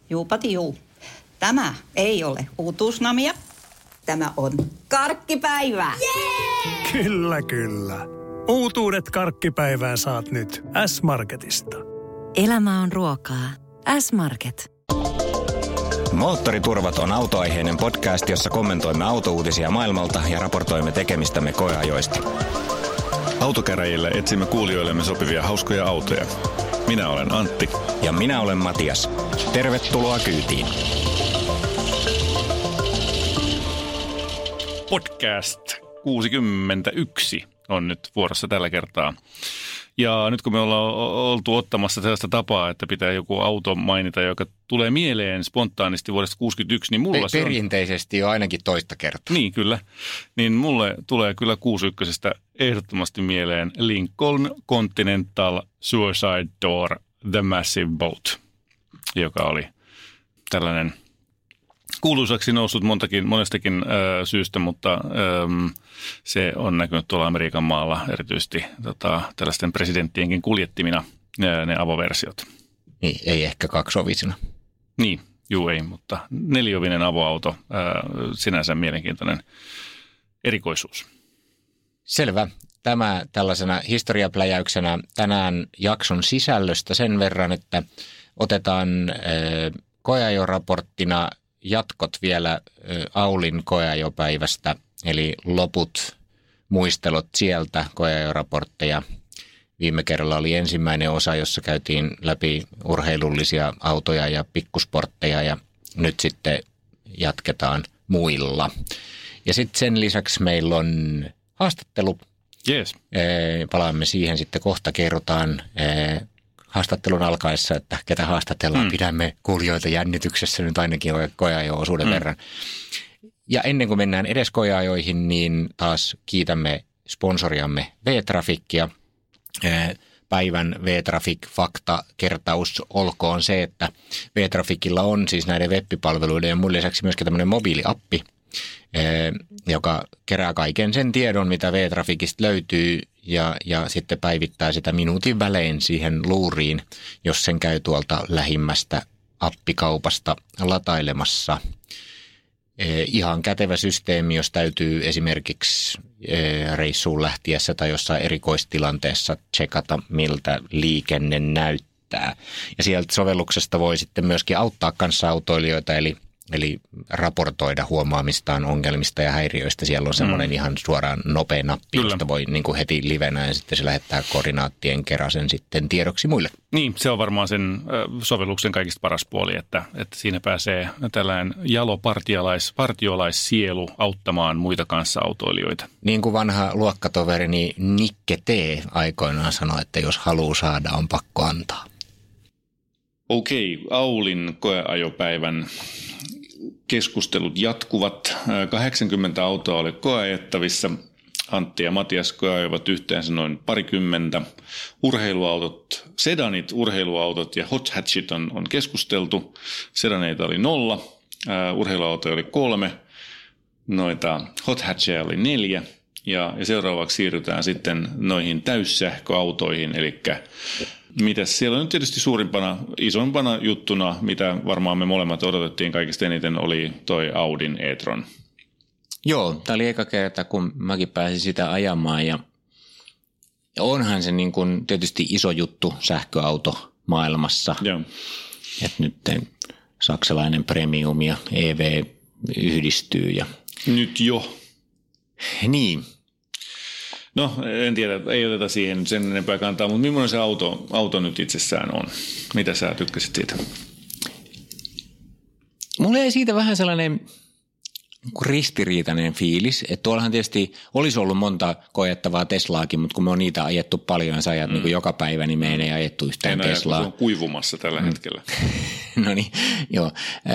Juupati juu. Tämä ei ole uutuusnamia. Tämä on karkkipäivää. Jee! Kyllä, kyllä. Uutuudet karkkipäivään saat nyt S-Marketista. Elämä on ruokaa. S-Market. Moottoriturvat on autoaiheinen podcast, jossa kommentoimme autouutisia maailmalta ja raportoimme tekemistämme koeajoista. Autokäräjillä etsimme kuulijoillemme sopivia hauskoja autoja. Minä olen Antti. Ja minä olen Matias. Tervetuloa kyytiin. Podcast 61 on nyt vuorossa tällä kertaa. Ja nyt kun me ollaan oltu ottamassa sellaista tapaa, että pitää joku auto mainita, joka tulee mieleen spontaanisti vuodesta 61, niin mulla se on... Perinteisesti jo ainakin toista kertaa. Niin, kyllä. Niin mulle tulee kyllä 61 ehdottomasti mieleen Lincoln Continental Suicide Door The Massive Boat, joka oli tällainen kuuluisaksi noussut monestakin syystä, mutta se on näkynyt tuolla Amerikan maalla erityisesti tällaisten presidenttienkin kuljettimina ne avoversiot. Niin, ei ehkä kaksiovisina. Niin, juu ei, mutta neliovinen avoauto, sinänsä mielenkiintoinen erikoisuus. Selvä. Tämä tällaisena historiapläjäyksenä tänään jakson sisällöstä sen verran, että otetaan koeajoraporttina jatkot vielä Aulin koeajopäivästä, eli loput muistelot sieltä koeajoraportteja. Viime kerralla oli ensimmäinen osa, jossa käytiin läpi urheilullisia autoja ja pikkusportteja ja nyt sitten jatketaan muilla. Ja sitten sen lisäksi meillä on haastattelu. Yes. Palaamme siihen sitten kohta, kerrotaan haastattelun alkaessa, että ketä haastatellaan. Pidämme kuulijoita jännityksessä nyt ainakin koeajo-osuuden verran. Ja ennen kuin mennään edes koeajoihin, niin taas kiitämme sponsoriamme V-Traficia. Päivän V-Traffic-fakta-kertaus olkoon se, että V-Traficilla on siis näiden web-palveluiden ja muun lisäksi myöskin tämmöinen mobiiliappi, joka kerää kaiken sen tiedon, mitä V-Traficista löytyy ja sitten päivittää sitä minuutin välein siihen luuriin, jos sen käy tuolta lähimmästä appikaupasta latailemassa. Ihan kätevä systeemi, jos täytyy esimerkiksi reissuun lähtiessä tai jossain erikoistilanteessa tsekata, miltä liikenne näyttää. Ja sieltä sovelluksesta voi sitten myöskin auttaa kanssaautoilijoita, eli raportoida huomaamistaan ongelmista ja häiriöistä. Siellä on semmoinen ihan suoraan nopea nappi, josta voi niin kuin heti livenä ja sitten se lähettää koordinaattien kerasen sitten tiedoksi muille. Niin, se on varmaan sen sovelluksen kaikista paras puoli, että siinä pääsee tällainen jalo partiolaissielu auttamaan muita kanssaautoilijoita. Niin kuin vanha luokkatoverini Nikke T. aikoinaan sanoi, että jos haluaa saada, on pakko antaa. Okei, Aulin koeajopäivän keskustelut jatkuvat. 80 autoa oli koeajettavissa. Antti ja Matias koeajoivat yhteensä noin parikymmentä. Urheiluautot, sedanit, urheiluautot ja hot hatchit on keskusteltu. Sedaneita oli 0, urheiluautoja oli 3, noita hot hatcheja oli 4. Ja seuraavaksi siirrytään sitten noihin täyssähköautoihin, eli mitäs siellä on nyt tietysti isompana juttuna, mitä varmaan me molemmat odotettiin kaikista eniten, oli toi Audin e-tron. Joo, tämä oli eka kerta, kun mäkin pääsin sitä ajamaan ja onhan se niin kuin tietysti iso juttu sähköauto maailmassa. Joo. Että nyt saksalainen premium ja EV yhdistyy. Nyt jo. Niin. No, en tiedä, ei oteta siihen sen enempää kantaa, mutta millainen se auto nyt itsessään on? Mitä sä tykkäsit siitä? Mulla ei siitä vähän sellainen ristiriitainen fiilis, että tuollahan tietysti olisi ollut monta koettavaa Teslaakin, mutta kun me on niitä ajettu paljon ja sä ajat niin joka päivä, niin me ei ajettu yhtään Teslaa. Se on kuivumassa tällä hetkellä. No niin, joo.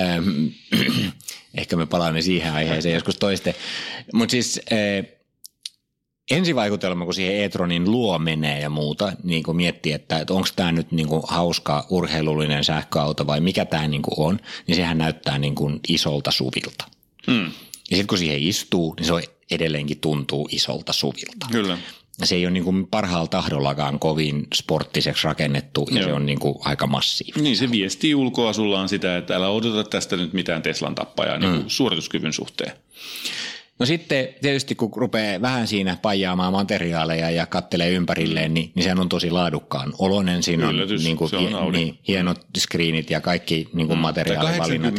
Ehkä me palaamme siihen aiheeseen joskus toiste. Mutta siis ensivaikutelma, kun siihen e-tronin luo menee ja muuta, niin kun miettii, että onko tämä nyt niin kuin hauska urheilullinen sähköauto vai mikä tämä niin kuin on, niin sehän näyttää niin kuin isolta SUVilta. Ja sitten kun siihen istuu, niin se edelleenkin tuntuu isolta SUVilta. Kyllä. se ei ole niin kuin parhaalla tahdollakaan kovin sporttiseksi rakennettu ja se on niin kuin aika massiivinen. Niin, se viestii ulkoasullaan sitä, että älä odota tästä nyt mitään Teslan tappajaa niin kuin suorituskyvyn suhteen. No sitten tietysti kun rupeaa vähän siinä paijaamaan materiaaleja ja kattelee ympärilleen, niin sehän on tosi laadukkaan oloinen. Siinä Yllätys, niin kuin, se on Audi. niin, hienot screenit ja kaikki niin kuin materiaalivalinnat.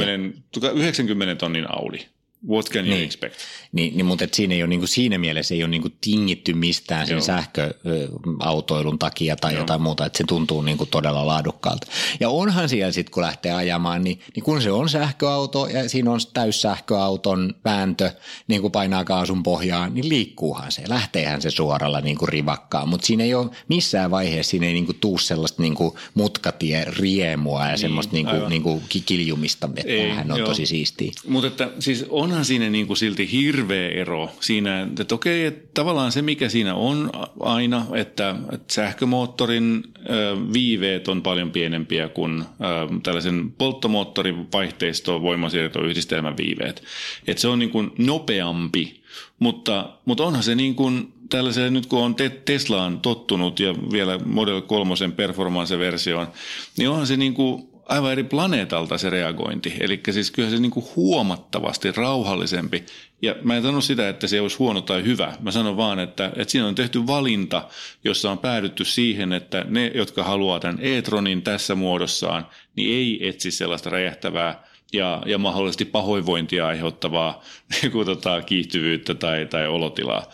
90 tonnin Audi. What can you expect? Niin, mutta siinä ei ole, niin kuin siinä mielessä ei ole niin kuin tingitty mistään sen sähköautoilun takia tai jotain muuta, että se tuntuu niin kuin todella laadukkaalta. Ja onhan siellä sitten, kun lähtee ajamaan, niin kun se on sähköauto ja siinä on täyssähköauton vääntö, niin kuin painaa kaasun pohjaan, niin liikkuuhan se. Lähteehän se suoralla niin kuin rivakkaan, mutta siinä ei ole missään vaiheessa, siinä ei niin kuin tuu sellaista niin kuin mutkatie-riemua ja semmoista niin kuin kiljumista, että tämähän on tosi siistiä. Mutta että siis onhan siinä niin kuin silti hirveä ero siinä, että okei, että tavallaan se mikä siinä on aina, että sähkömoottorin viiveet on paljon pienempiä kuin tällaisen polttomoottorin vaihteisto voimansiirtoyhdistelmän viiveet. Että se on niin kuin nopeampi, mutta onhan se niin kuin tällaiseen nyt kun on Teslaan tottunut ja vielä Model 3 performance-versioon, niin onhan se niin kuin aivan eri planeetalta se reagointi. Eli siis kyllä se niin kuin huomattavasti rauhallisempi. Ja mä en sano sitä, että se olisi huono tai hyvä. Mä sanon vaan, että siinä on tehty valinta, jossa on päädytty siihen, että ne, jotka haluaa tämän e-tronin tässä muodossaan, niin ei etsi sellaista räjähtävää ja mahdollisesti pahoinvointia aiheuttavaa kiihtyvyyttä tai olotilaa.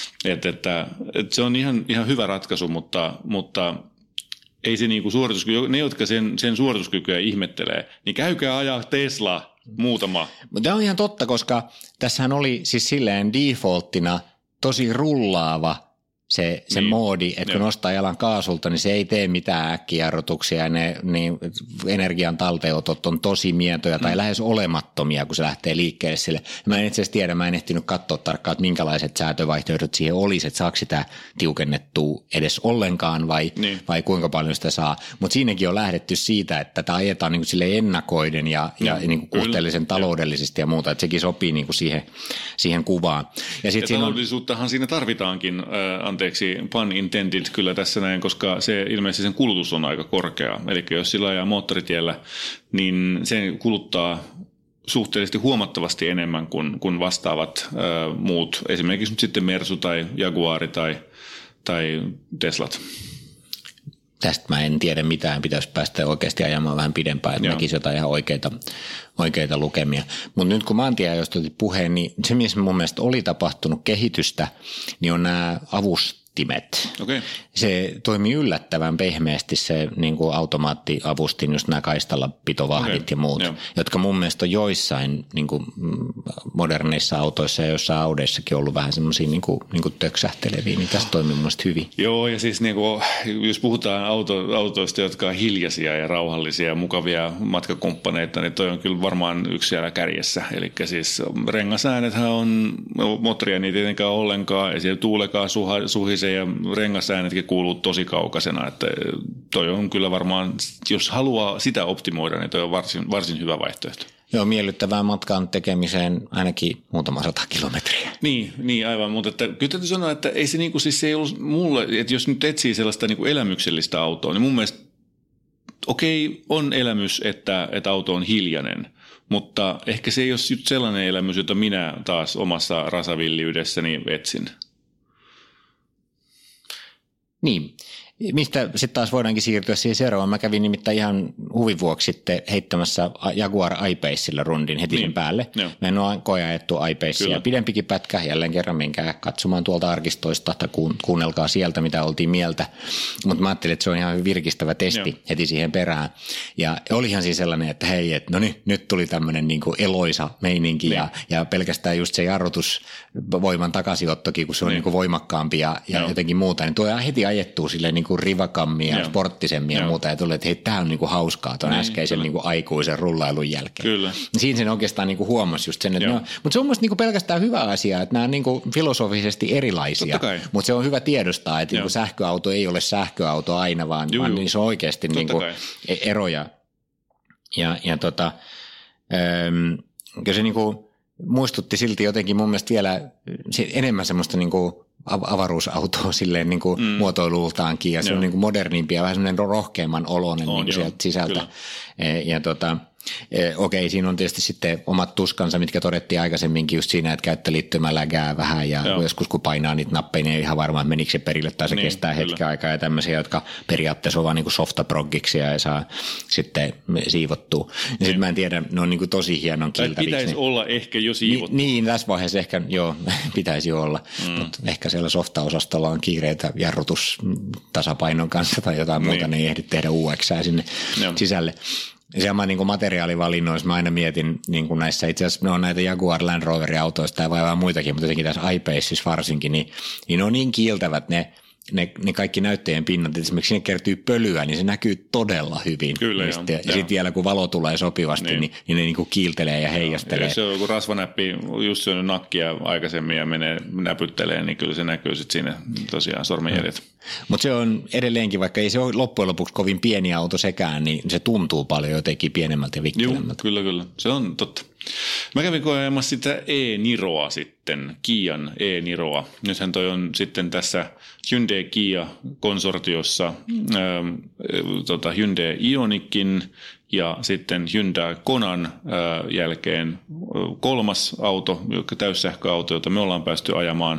Että se on ihan hyvä ratkaisu, mutta ei se niinku suorituskyky, ne jotka sen suorituskykyä ihmettelee, niin käykää ajaa Tesla muutama. Mutta tämä on ihan totta, koska tässähän oli siis silleen defaulttina tosi rullaava se moodi, että kun nostaa jalan kaasulta, niin se ei tee mitään äkkijarrutuksia ja ne energian talteenotot on tosi mietoja tai lähes olemattomia, kun se lähtee liikkeelle sille. Mä en itse asiassa tiedä, mä en ehtinyt katsoa tarkkaan, että minkälaiset säätövaihtoehdot siihen olisi, että saako sitä tiukennettua edes ollenkaan vai kuinka paljon sitä saa. Mutta siinäkin on lähdetty siitä, että tämä ajetaan niin kuin sille ennakoiden ja niin kuin kuhteellisen taloudellisesti ja muuta, että sekin sopii niin kuin siihen kuvaan. Ja taloudellisuuttahan siinä tarvitaankin, anteeksi, pun intended kyllä tässä näin, koska se ilmeisesti sen kulutus on aika korkea. Eli jos sillä ajaa moottoritiellä, niin se kuluttaa suhteellisesti huomattavasti enemmän kuin vastaavat muut, esimerkiksi nyt sitten Mersu tai Jaguari tai Teslat. Tästä mä en tiedä mitään, pitäisi päästä oikeasti ajamaan vähän pidempään, että näkisi jotain ihan oikeita lukemia. Mutta nyt kun maantieajoista otit puheen, niin se missä mun mielestä oli tapahtunut kehitystä, niin on nämä avustimmet. Okay. Se toimii yllättävän pehmeästi se niin kuin automaattiavustin, just nämä kaistallapitovahdit ja muut, jotka mun mielestä on joissain niin kuin moderneissa autoissa ja joissain Audeissakin ollut vähän semmoisia niin kuin töksähteleviä, niin tässä toimii mun mielestä hyvin. Joo, ja siis niin kuin, jos puhutaan autoista, jotka on hiljaisia ja rauhallisia ja mukavia matkakumppaneita, niin toi on kyllä varmaan yksi siellä kärjessä. Eli siis rengasäänethän on, moottoria niitä tietenkään ollenkaan, ei siellä tuulekaan suhise ja rengasäänetkin kuuluu tosi kaukaisena, että toi on kyllä varmaan, jos haluaa sitä optimoida, niin toi on varsin hyvä vaihtoehto. Joo, miellyttävää matkan tekemiseen ainakin muutama 100 kilometriä. Niin aivan, mutta että, kyllä täytyy sanoa, että ei se, niinku, siis se ei ollut mulle, että jos nyt etsii sellaista niinku elämyksellistä autoa, niin mun mielestä okei, on elämys, että auto on hiljainen, mutta ehkä se ei ole just sellainen elämys, jota minä taas omassa rasavilliydessäni etsin. Niin, mistä sitten taas voidaankin siirtyä siihen seuraavaan. Mä kävin nimittäin ihan huvin vuoksi sitten heittämässä Jaguar I-Pacella rundin heti sen päälle. Joo. Mä en ole koeajettu I-Pacea. Pidempikin pätkä, jälleen kerran menkää katsomaan tuolta arkistoista tai kuunnelkaa sieltä, mitä oltiin mieltä. Mutta mä ajattelin, että se on ihan virkistävä testi heti siihen perään. Ja olihan siis sellainen, että hei, että no niin, nyt tuli tämmöinen niinku eloisa meininki ja pelkästään just se jarrutusvoiman takaisinottokin, kun se on niinku voimakkaampi ja jotenkin muuta, niin tuo heti ajettuu silleen niinku rivakammin ja sporttisemmin ja muuta, ja tulee, että hei, tämä on niinku hauskaa tuon äskeisen niinku aikuisen rullailun jälkeen. Kyllä. Siinä sen oikeastaan niinku huomasi just sen, että mutta se on musta niinku pelkästään hyvä asia, että nämä on niinku filosofisesti erilaisia, mutta se on hyvä tiedostaa, että niinku sähköauto ei ole sähköauto aina, vaan niin se on oikeasti niinku eroja. Ja kyllä se niinku muistutti silti jotenkin mun mielestä vielä enemmän semmoista niinku avaruusautoa silleen niin kuin muotoilultaankin ja se on niin kuin modernimpi ja vähän semmoinen rohkeamman oloinen niin kuin sieltä sisältä. Okei, siinä on tietysti sitten omat tuskansa, mitkä todettiin aikaisemminkin just siinä, että käyttöliittymä lägää vähän ja joskus kun painaa niitä nappeja, niin ei ihan varmaan menikö se perille tai se kestää hetken aikaa ja tämmöisiä, jotka periaatteessa on vaan niin kuin softaproggiksi ja ei saa sitten siivottua. Ja sitten mä en tiedä, ne on niin kuin tosi hienon kiiltäviksi. Pitäisi olla ehkä jo siivottu. Niin, tässä vaiheessa ehkä pitäisi jo olla, mutta ehkä siellä softaosastolla on kiireitä jarrutustasapainon kanssa tai jotain muuta, niin ei ehdi tehdä UX:ää sinne sisälle. Sama niin kuin materiaalivalinnoissa mä aina mietin niin kuin näissä, itse asiassa ne on näitä Jaguar Land Rover-autoista ja vaivaa muitakin, mutta jotenkin tässä iPaceissa varsinkin, niin ne on niin kiiltävät ne kaikki näyttöjen pinnat, että esimerkiksi sinne kertyy pölyä, niin se näkyy todella hyvin. Kyllä, ja sitten vielä kun valo tulee sopivasti, niin ne niin kuin kiiltelee ja heijastelee. Ja se on joku rasvanäppi just syönyt nakkia aikaisemmin ja menee näpyttelee, niin kyllä se näkyy sitten siinä tosiaan sormenjäljet. Mutta se on edelleenkin, vaikka ei se ole loppujen lopuksi kovin pieni auto sekään, niin se tuntuu paljon jotenkin pienemmältä ja vikkelemmältä. Joo, kyllä. Se on totta. Mä kävin kokeilmassa sitä e-Niroa sitten, Kian e-Niroa. Nythän toi on sitten tässä Hyundai-Kia-konsortiossa Hyundai Ioniqin ja sitten Hyundai Konan jälkeen kolmas auto, täyssähköauto, jota me ollaan päästy ajamaan.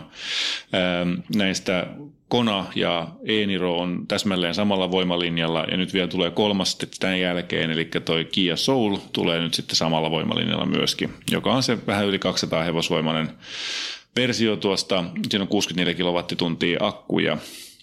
Näistä Kona ja e-Niro on täsmälleen samalla voimalinjalla ja nyt vielä tulee kolmas tämän jälkeen, eli toi Kia Soul tulee nyt sitten samalla voimalinjalla myöskin, joka on se vähän yli 200 hevosvoimainen versio tuosta. Siinä on 64 kilowattituntia akku ja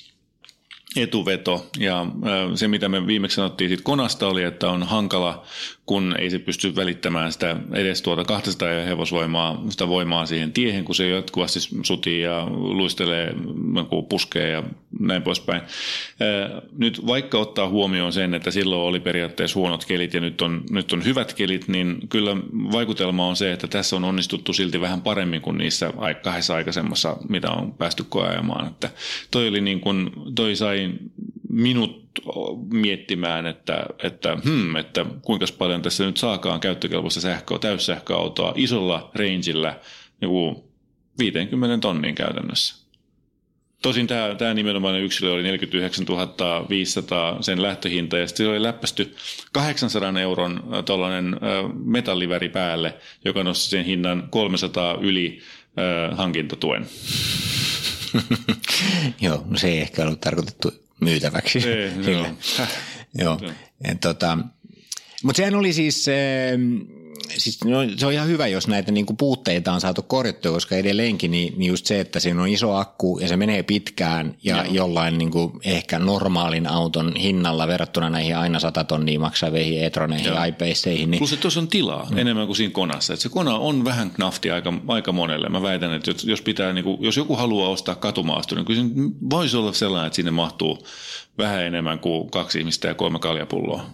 etuveto ja se mitä me viimeksi sanottiin siitä Konasta oli, että on hankala, kun ei se pysty välittämään sitä edes 200 hevosvoimaa, sitä voimaa siihen tiehen, kun se jatkuvasti sutii ja luistelee, puskee ja näin poispäin. Nyt vaikka ottaa huomioon sen, että silloin oli periaatteessa huonot kelit ja nyt on hyvät kelit, niin kyllä vaikutelma on se, että tässä on onnistuttu silti vähän paremmin kuin niissä kahdessa aikaisemmassa, mitä on päästy koeajamaan. Että toi sai minut miettimään, että kuinka paljon tässä nyt saakaan käyttökelpoista täyssähköautoa isolla rangeillä joku 50 tonnin käytännössä. Tosin tämä nimenomainen yksilö oli 49 500 sen lähtöhinta ja sitten se oli läppästy 800 € tuollainen metalliväri päälle, joka nosti sen hinnan 300 yli hankintatuen. Joo, no se ei ehkä ollut tarkoitettu myytäväksi. Joo. Mutta sehän oli siis se on ihan hyvä, jos näitä niinku puutteita on saatu korjattua, koska edelleenkin niin just se, että siinä on iso akku ja se menee pitkään ja jollain niinku ehkä normaalin auton hinnalla verrattuna näihin aina 100 tonnia maksaveihin e-troneihin ja iPaceihin. Niin... Plus, että tuossa on tilaa enemmän kuin siinä Konassa. Että se Kona on vähän knafti aika monelle. Mä väitän, että jos joku haluaa ostaa katumaasto, niin kyllä se voisi olla sellainen, että sinne mahtuu vähän enemmän kuin 2 ihmistä ja 3 kaljapulloa.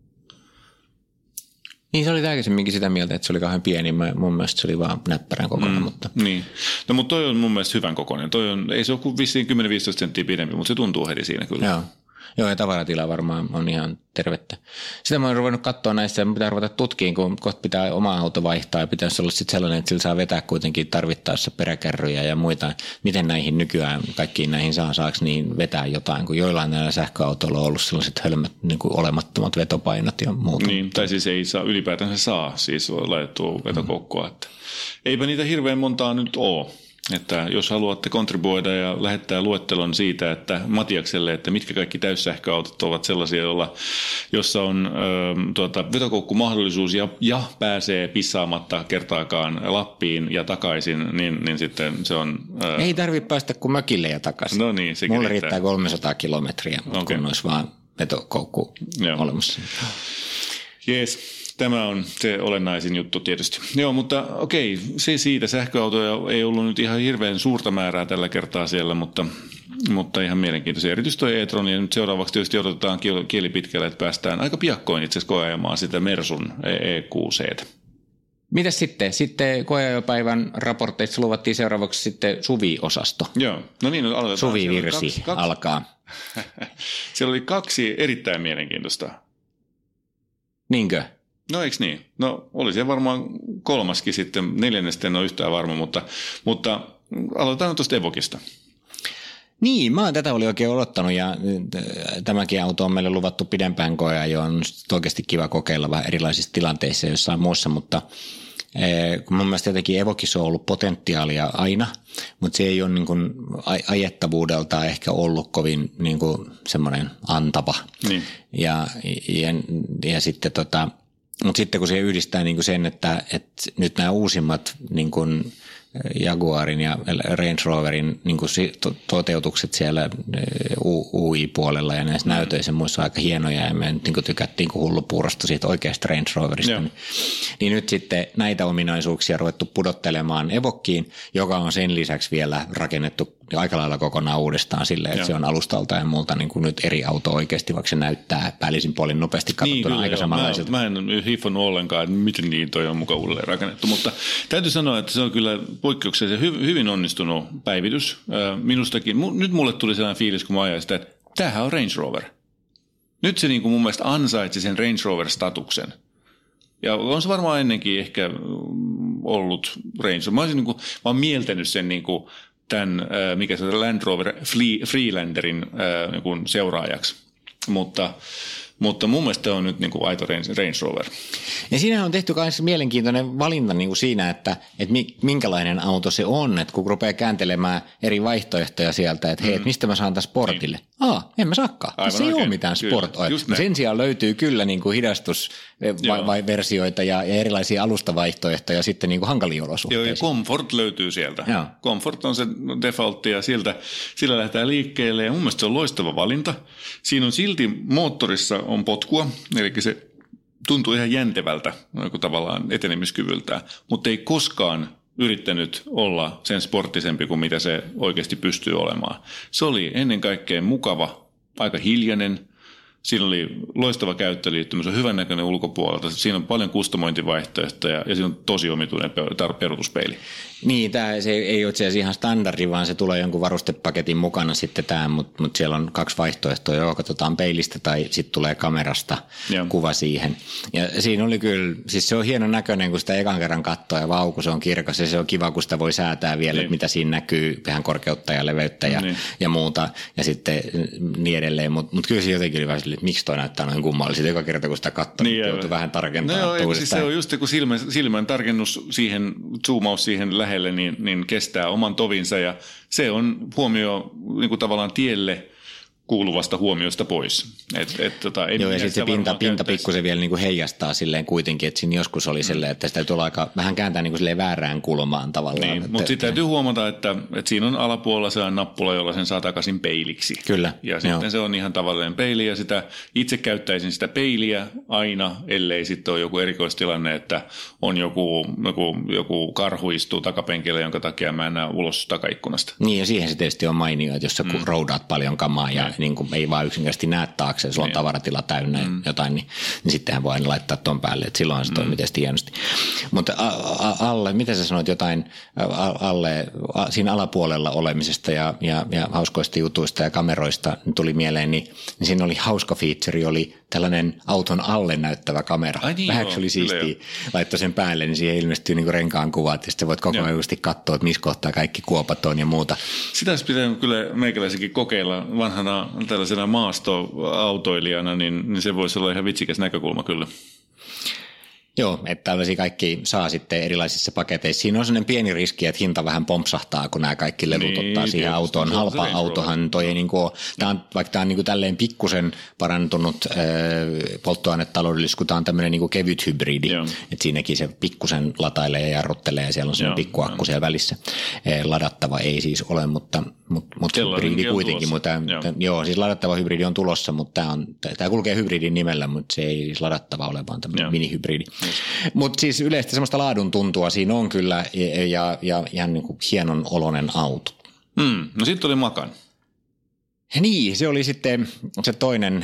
Niin se oli aikaisemminkin sitä mieltä, että se oli kauhean pieni. Mun mielestä se oli vaan näppärän kokoinen. Mutta... Niin. No mutta toi on mun mielestä hyvän kokoinen. Ei se ole kuin vissiin 10-15 senttiä pidempi, mutta se tuntuu heti siinä kyllä. Joo, ja tavaratila varmaan on ihan tervettä. Sitä mä oon ruvennut katsoa näistä, ja pitää ruveta tutkiin, kun kohta pitää oma auto vaihtaa, ja pitäisi olla sitten sellainen, että sillä saa vetää kuitenkin tarvittaessa peräkärryjä ja muita. Miten näihin nykyään, kaikkiin näihin saako niin vetää jotain, kun joillain näillä sähköautoilla on ollut sellaiset hölmät, niin kuin olemattomat vetopainot ja muuta. Niin, tai siis ei saa, ylipäätään se saa siis laitettua vetokoukkoa, että eipä niitä hirveän montaa nyt ole. Että jos haluatte kontribuoida ja lähettää luettelon siitä, että Matiakselle, että mitkä kaikki täyssähköautot ovat sellaisia, jossa on vetokoukkumahdollisuus ja pääsee pissaamatta kertaakaan Lappiin ja takaisin, niin sitten se on... Ei tarvitse päästä kuin mökille ja takaisin. No niin, sekin mulla riittää 300 kilometriä, mutta kun olisi vaan vetokoukku olemassa. Jees. Tämä on se olennaisin juttu tietysti. Joo, mutta okei, se siitä. Sähköautoja ei ollut nyt ihan hirveän suurta määrää tällä kertaa siellä, mutta ihan mielenkiintoisia. Erityisesti tuo e-tron, ja nyt seuraavaksi tietysti odotetaan kieli pitkälle, että päästään aika piakkoin itse asiassa koeajamaan sitä Mersun EQC:tä. Mitäs sitten? Sitten koeajopäivän raporteissa luvattiin seuraavaksi sitten Suvi-osasto. Joo, no niin, aloitetaan. Suvivirsi alkaa. Siellä oli 2 erittäin mielenkiintoista. Niinkö? No eikö niin? No oli se varmaan 3. sitten, 4. en ole yhtään varma, mutta aloitetaan tuosta Evokista. Niin, mä oon tätä oli oikein odottanut ja tämäkin auto on meille luvattu pidempään koeajoon. On oikeasti kiva kokeilla vähän erilaisissa tilanteissa jossain muussa, mutta kun mun mielestä jotenkin Evokissa on ollut potentiaalia aina, mutta se ei ole niin kuin ajettavuudeltaan ehkä ollut kovin niin kuin semmoinen antava. Niin. Ja sitten mutta sitten kun se yhdistää niin kuin sen, että nyt nämä uusimmat niin kuin Jaguarin ja Range Roverin niin kuin toteutukset siellä UI-puolella ja näissä näytöissä muissa on aika hienoja ja me niin kuin tykättiin kuin hullupuurosta siitä oikeasta Range Roverista. Niin nyt sitten näitä ominaisuuksia ruvettu pudottelemaan Evokkiin, joka on sen lisäksi vielä rakennettu aika lailla kokonaan uudestaan silleen, että se on alustalta ja multa niin kuin nyt eri auto oikeasti, vaikka se näyttää päällisin puolin nopeasti katsottuna niin, aika samanlaiselta. Mä en hiffannut ollenkaan, että miten niin toi on mukaan uudelleen rakennettu, mutta täytyy sanoa, että se on kyllä poikkeuksellisen hyvin onnistunut päivitys. Minustakin, nyt mulle tuli sellainen fiilis, kun mä ajan sitä, että tämähän on Range Rover. Nyt se niin kuin mun mielestä ansaitsi sen Range Rover-statuksen. Ja on se varmaan ennenkin ehkä ollut Range. Mä oon mieltänyt sen niin kuin tämän, mikä se on, Land Rover Freelanderin niin seuraajaksi, mutta mun mielestä on nyt niin kuin aito Range Rover. Ja siinä on tehty myös mielenkiintoinen valinta niin kuin siinä, että minkälainen auto se on, että kun rupeaa kääntelemään eri vaihtoehtoja sieltä, että hei, että mistä mä saan tämän sportille? Niin. En mä saakaan. Se ei ole mitään sport-ohjelmaa. Sen sijaan löytyy kyllä niin kuin hidastusversioita ja erilaisia alustavaihtoehtoja sitten niin kuin hankaliin olosuhteisiin. Joo, ja Comfort löytyy sieltä. Joo. Comfort on se defaultti ja sillä lähdetään liikkeelle ja mun mielestä se on loistava valinta. Siinä on silti moottorissa on potkua, eli se tuntuu ihan jäntevältä tavallaan etenemiskyvyltään, mutta ei koskaan yrittänyt olla sen sporttisempi kuin mitä se oikeasti pystyy olemaan. Se oli ennen kaikkea mukava, aika hiljainen. Siinä oli loistava käyttöliittymä, se on hyvän näköinen ulkopuolelta. Siinä on paljon kustomointivaihtoehtoja ja siinä on tosi omituinen peruutuspeili. Niin, se ei ole itse asiassa ihan standardi, vaan se tulee jonkun varustepaketin mukana sitten tämä, mutta siellä on 2 vaihtoehtoa, joko katsotaan peilistä tai sitten tulee kamerasta kuva siihen. Ja siinä oli kyllä, siis se on hieno näköinen, kun sitä ekan kerran katsoo ja vau, kun se on kirkas ja se on kiva, kun sitä voi säätää vielä, että mitä siinä näkyy, vähän korkeutta ja leveyttä ja muuta ja sitten niin edelleen, mutta kyllä se jotenkin oli vähän sille, että miksi toi näyttää noin kummallisilta, joka kerta kun sitä katsoo, niin joutuu vähän tarkentamaan. No siis se on just kun silmän tarkennus siihen, zoomaus siihen lähelle, niin kestää oman tovinsa ja se on huomio niin kuin tavallaan tielle kuuluvasta huomiosta pois. Joo, ja sitten se pinta pikkusen vielä niin kuin heijastaa silleen kuitenkin, että siinä joskus oli silleen, että sitä täytyy aika vähän kääntää niin kuin silleen väärään kulmaan tavallaan. Niin, mutta sitten täytyy huomata, että siinä on alapuolella se nappula, jolla sen saa takaisin peiliksi. Kyllä. Ja sitten se on ihan tavallinen peili ja itse käyttäisin sitä peiliä aina, ellei sitten ole joku erikoistilanne, että on joku karhu istuu takapenkillä, jonka takia mä en näe ulos takaikkunasta. Niin ja siihen se tietysti on mainio, että jos sä roudaat paljon kamaa ja niin kuin ei vaan yksinkertaisesti näe taakse, sulla on tavaratila täynnä jotain, niin sittenhän voi aina laittaa ton päälle, että silloin se toimii tietysti hienosti. Mutta alle, mitä sä sanoit jotain siinä alapuolella olemisesta ja hauskoista jutuista ja kameroista tuli mieleen, niin siinä oli hauska feature, oli tällainen auton alle näyttävä kamera. Vähäksi oli siistiä, laittoi sen päälle, niin siihen ilmestyy niin kuin renkaan kuvat ja sitten voit koko ajan katsoa, että missä kohtaa kaikki kuopat on ja muuta. Sitä olisi pitänyt kyllä meikäläisenkin kokeilla vanhana tällaisena maastoautoilijana, niin se voisi olla ihan vitsikäs näkökulma kyllä. Joo, että tällaisia kaikki saa sitten erilaisissa paketeissa. Siinä on sellainen pieni riski, että hinta vähän pompsahtaa, kun nämä kaikki lelut ottaa siihen autoon. Halpa autohan toi ei niin kuin, vaikka tämä on niin kuin tälleen pikkusen parantunut polttoainetaloudellisesti, kun tämä on tämmöinen niin kuin kevyt hybridi. Että siinäkin se pikkusen latailee ja jarruttelee ja siellä on sellainen pikkuakku siellä välissä. Ladattava ei siis ole, mutta hybridi kuitenkin. Joo, siis ladattava hybridi on tulossa, mutta tämä kulkee hybridin nimellä, mutta se ei siis ladattava ole, vaan tämmöinen minihybridi. Mutta siis yleisesti semmoista laadun tuntua siinä on kyllä ja ihan niin kuin hienon oloinen auto. No sitten oli Macan. Niin, se oli sitten se toinen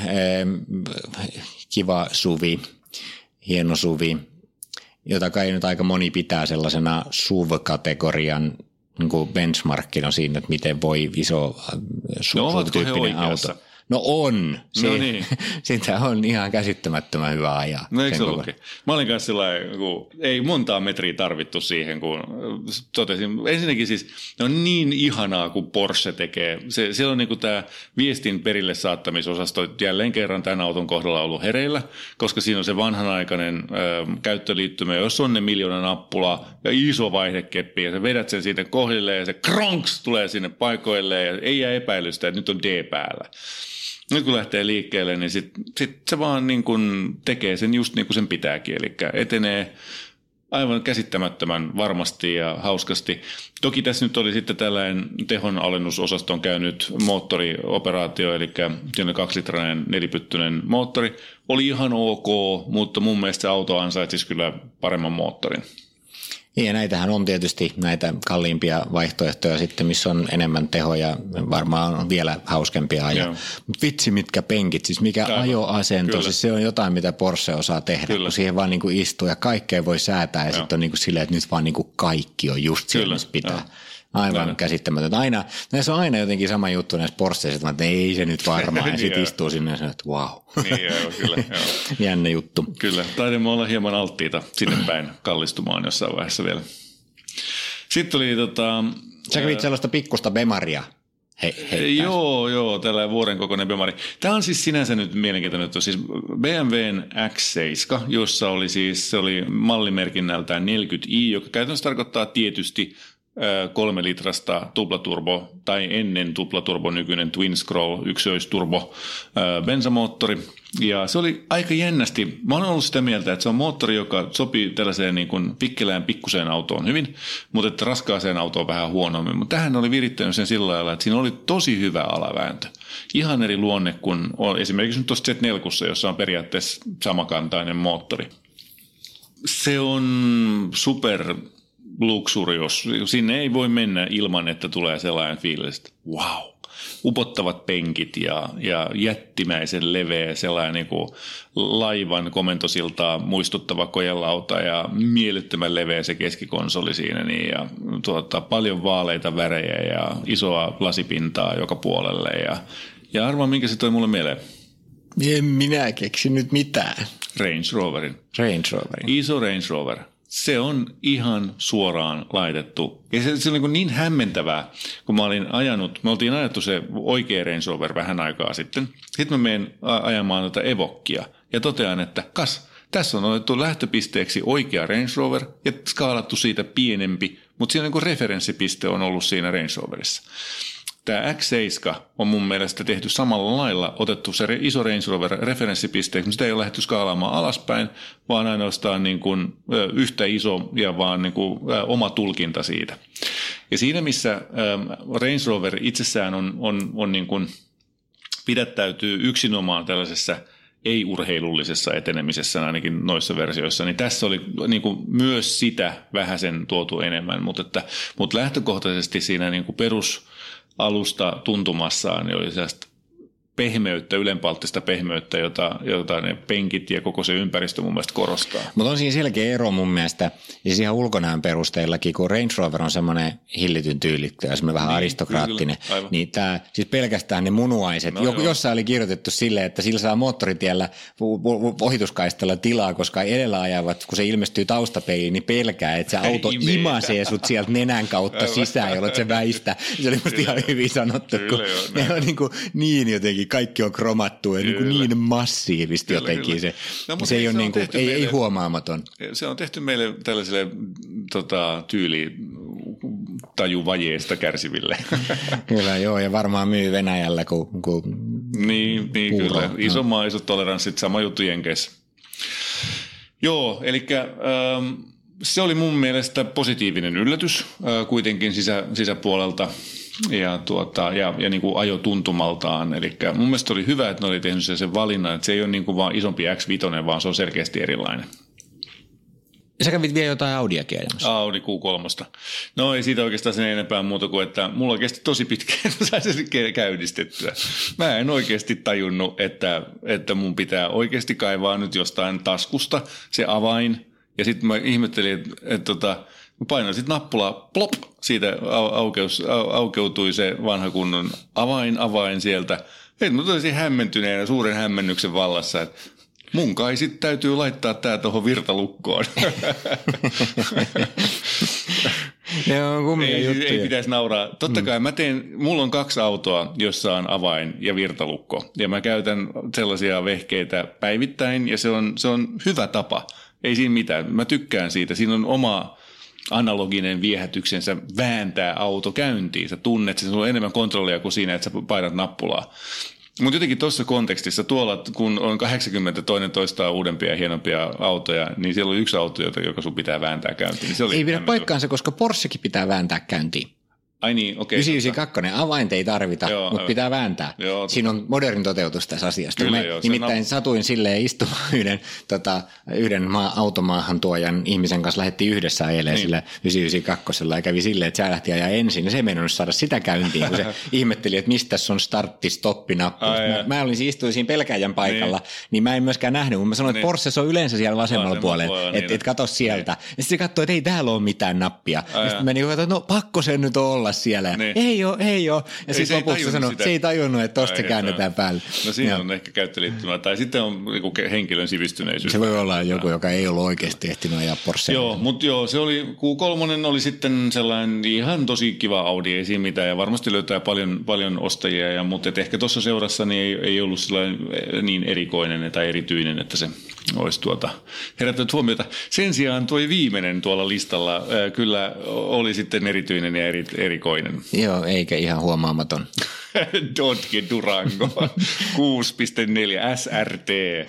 kiva SUVi, hieno SUVi, jota kai nyt aika moni pitää sellaisena SUV-kategorian niin kuin benchmarkkina siinä, että miten voi iso SUV-tyyppinen auto. No on. No niin. Sitä on ihan käsittämättömän hyvä ajaa. No eikö se ollutkin? Mä olin kanssa sellainen, kun ei montaa metriä tarvittu siihen, kun totesin. Ensinnäkin siis ne on niin ihanaa, kun Porsche tekee. Siellä on niin tämä viestin perille saattamisosasto jälleen kerran tämän auton kohdalla ollut hereillä, koska siinä on se vanhanaikainen käyttöliittymä, jos on ne 1 miljoona nappulaa ja iso vaihdekeppi, ja sä vedät sen siitä kohdille ja se kronks tulee sinne paikoille ja ei jää epäilystä, että nyt on D päällä. Nyt kun lähtee liikkeelle, niin sit se vaan niin kuin tekee sen just niin kuin sen pitääkin, eli etenee aivan käsittämättömän varmasti ja hauskasti. Toki tässä nyt oli sitten tällainen tehonalennusosaston käynyt moottorioperaatio, eli 2-litrainen 4-pyttyinen moottori. Oli ihan ok, mutta mun mielestä se auto ansaitsisi kyllä paremman moottorin. Ja näitähän on tietysti näitä kalliimpia vaihtoehtoja sitten, missä on enemmän tehoja, varmaan on vielä hauskempia ajaa. Mutta vitsi mitkä penkit, siis mikä ajoasento, siis se on jotain mitä Porsche osaa tehdä, kyllä. Kun siihen vaan niinku istuu ja kaikkea voi säätää ja sitten on niinku silleen, että nyt vaan niinku kaikki on just siellä, missä pitää. Joo. Aivan käsittämätöntä. Näissä on aina jotenkin sama juttu näissä Porscheissa, että ei se nyt varmaan. Ja sitten istuu sinne ja sanoo, että vau. Niin, kyllä. Jännä juttu. Kyllä, taidamme olla hieman alttiita sinne päin kallistumaan jossain vaiheessa vielä. Sitten oli Sä kävit sellaista pikkusta bemaria. Joo, tällainen vuoren kokoinen bemari. Tämä on siis sinänsä nyt mielenkiintoinen, että siis BMWn X7, jossa oli siis, se oli mallimerkinnältään 40i, joka käytännössä tarkoittaa tietysti 3 litrasta tuplaturbo tai ennen tuplaturbo nykyinen Twin Scroll ykköisturbo bensamoottori. Ja se oli aika jännästi. Mä oon ollut sitä mieltä, että se on moottori, joka sopii tällaiseen niin kuin pikkelään pikkuseen autoon hyvin, mutta että raskaaseen autoon vähän huonommin. Mutta tähän oli virittänyt sen sillä lailla, että siinä oli tosi hyvä alavääntö. Ihan eri luonne kuin on esimerkiksi nyt tuossa Z4, jossa on periaatteessa samakantainen moottori. Se on super luksurios. Sinne ei voi mennä ilman, että tulee sellainen fiilis, että wow, upottavat penkit ja jättimäisen leveä sellainen niin kuin laivan komentosiltaa muistuttava kojelauta ja mielettömän leveä se keskikonsoli siinä niin, ja paljon vaaleita värejä ja isoa lasipintaa joka puolelle ja arvaa minkä se toi mulle mieleen. En minä keksi nyt mitään. Range Roverin. Iso Range Rover. Se on ihan suoraan laitettu. Ja se on niin hämmentävää, kun me oltiin ajettu se oikea Range Rover vähän aikaa sitten. Sitten mä menen ajamaan Evokkia ja totean, että tässä on otettu lähtöpisteeksi oikea Range Rover ja skaalattu siitä pienempi, mutta siinä referenssipiste on ollut siinä Range Roverissa. Tämä X7 on mun mielestä tehty samalla lailla, otettu se iso Range Rover referenssipisteeksi, mutta sitä ei ole lähdetty skaalaamaan alaspäin, vaan ainoastaan niin kuin yhtä iso ja vaan niin kuin oma tulkinta siitä. Ja siinä, missä Range Rover itsessään on niin kuin pidättäytyy yksinomaan tällaisessa ei-urheilullisessa etenemisessä ainakin noissa versioissa, niin tässä oli niin kuin myös sitä vähäsen tuotu enemmän, mutta lähtökohtaisesti siinä niin kuin perusalusta tuntumassaan niin oli sellaista pehmeyttä, ylenpalttista pehmeyttä, jota ne penkit ja koko se ympäristö mun mielestä korostaa. Mutta on siinä selkeä ero mun mielestä, siis ihan ulkonäön perusteellakin, kun Range Rover on semmoinen hillityn tyylikkä ja semmoinen vähän aristokraattinen, niin tämä, siis pelkästään ne munuaiset, jossain oli kirjoitettu silleen, että sillä saa moottoritiellä ohituskaistalla tilaa, koska edellä ajavat, kun se ilmestyy taustapeiliin, niin pelkää, että se auto imasee sut sieltä nenän kautta sisään, jolloin se väistää. Se oli musta ihan hyvin sanottu, kun ne on niin jotenkin kaikki on kromattu ja niin massiivisesti jotenkin se. No, se ei ole niin kuin, ei huomaamaton. Se on tehty meille tällaiselle tyylitajuvajeesta kärsiville. Kyllä joo, ja varmaan myy Venäjällä kuin niin kyllä. Iso maa, isot toleranssit, sama juttu Jenkeissä. Joo, eli se oli mun mielestä positiivinen yllätys kuitenkin sisäpuolelta. Ja niin kuin ajotuntumaltaan. Eli mun mielestä oli hyvä, että ne oli tehnyt sen valinnan, että se ei ole niin kuin vaan isompi X5, vaan se on selkeästi erilainen. Sä kävit vielä jotain Audiakin ajamassa. Audi Q3. No ei siitä oikeastaan sen enempää muuta kuin, että mulla kesti tosi pitkään, sai se käynnistettyä. Mä en oikeasti tajunnut, että mun pitää oikeasti kaivaa nyt jostain taskusta se avain. Ja sitten mä ihmettelin, että mä painoin sitten nappulaa, plop, siitä aukeutui se vanha kunnon avain sieltä. Mä toisin hämmentyneenä suuren hämmennyksen vallassa, että mun kai sit täytyy laittaa tää tuohon virtalukkoon. Ne on kummia juttuja. Ei pitäisi nauraa. Totta kai mulla on 2 autoa, jossa on avain ja virtalukko. Ja mä käytän sellaisia vehkeitä päivittäin ja se on hyvä tapa. Ei siinä mitään. Mä tykkään siitä. Siinä on oma analoginen viehätyksensä vääntää auto käyntiin. Sä tunnet, että sulla on enemmän kontrollia kuin siinä, että sä painat nappulaa. Mutta jotenkin tuossa kontekstissa, tuolla kun on 80 toinen toistaan uudempia ja hienompia autoja, niin siellä on yksi auto, joka sun pitää vääntää käyntiin. Niin se oli ei pidä paikkaansa, koska Porschekin pitää vääntää käyntiin. Ai niin, okei. 992, avainta ei tarvita, mutta pitää vääntää. Joo, siinä on modernin toteutus tässä asiasta. Kyllä, nimittäin satuin silleen istumaan yhden automaahan tuojan ihmisen kanssa, lähdettiin yhdessä ajelemaan sillä 992 ja kävi silleen, että sä lähti ajaa ensin. Ja se ei meinannut saada sitä käyntiin, kun se ihmetteli, että mistä on startti-stoppi-nappu. Mä istuin siinä pelkäjän paikalla, niin mä en myöskään nähnyt. Kun mä sanoin, että Porsche on yleensä siellä vasemmalla puolella, että katso sieltä. Ja sitten se katsoi, että ei täällä ole mitään nappia. Ja sitten mä katsoin, että no pakko sen nyt olla siellä. Niin. Ei oo. Ja sitten lopuksi sanoi, että se ei tajunnut, että tosta käännetään päälle. No siinä on ehkä käyttöliittymä. Tai sitten on henkilön sivistyneisyys. Se voi olla joku, joka ei ollut oikeasti ehtinyt ajaa Porschea. Joo, mutta se oli, Q3 oli sitten sellainen ihan tosi kiva Audi, ei siinä mitään. Ja varmasti löytää paljon ostajia. Mutta ehkä tuossa seurassa niin ei ollut sellainen niin erikoinen tai erityinen, että se olisi herättänyt huomiota. Sen sijaan tuo viimeinen tuolla listalla kyllä oli sitten erityinen ja erikoinen. Joo, eikä ihan huomaamaton. Dodge Durango 6.4 SRT.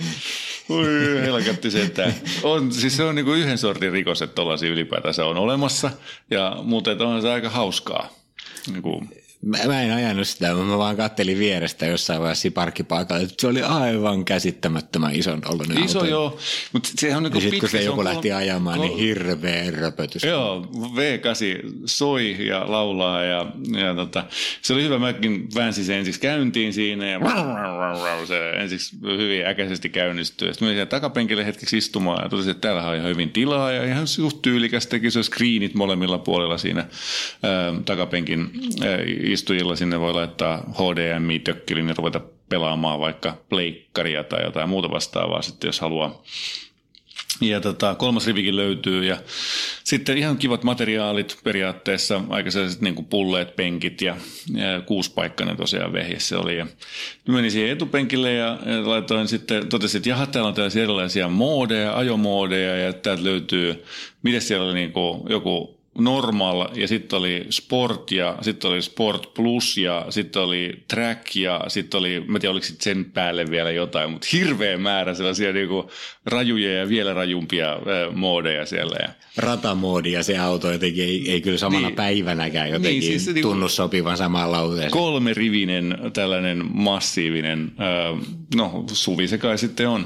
Helkatti sentään. Siis se on niinku yhden sortin rikos, että tollaisia ylipäätänsä on olemassa, mutta on se aika hauskaa. Niinku. Mä en ajanut sitä, mä vaan kattelin vierestä jossain vaiheessa parkkipaikalla. Se oli aivan käsittämättömän ison ollut ne iso autoja. Joo, mutta se on niinku pitkä. Sitten kun se joku lähti ajamaan, niin hirveä röpötys. Joo, V8 soi ja laulaa ja se oli hyvä. Mäkin väänsin sen ensiksi käyntiin siinä ja se ensiksi hyvin äkäisesti käynnistyi. Sitten menin takapenkille hetkeksi istumaan ja totesin, että täällä on ihan hyvin tilaa ja ihan suht tyylikäs teki se screenit molemmilla puolilla siinä takapenkin istujilla. Sinne voi laittaa HDMI-tökkelin ja ruveta pelaamaan vaikka pleikkaria tai jotain muuta vastaavaa sitten, jos haluaa. Ja 3. rivikin löytyy ja sitten ihan kivat materiaalit periaatteessa, aika sellaiset niin kuin pulleet penkit ja 6-paikkainen tosiaan vehje se oli. Ja menin siihen etupenkille ja laitoin sitten, totesin, että jaha, täällä on tällaisia erilaisia moodeja, ajomoodeja ja täältä löytyy, miten siellä oli niin kuin joku normal ja sitten oli sport ja sitten oli sport plus ja sitten oli track ja sitten oli, mä tiedän oliko sitten sen päälle vielä jotain, mutta hirveä määrä sellaisia niinku rajuja ja vielä rajumpia moodeja siellä. Ratamoodia se auto jotenkin ei kyllä samana päivänäkään jotenkin niin, siis tunnu sopivan samaan lauteeseen. 3-rivinen tällainen massiivinen, SUVi se kai sitten on.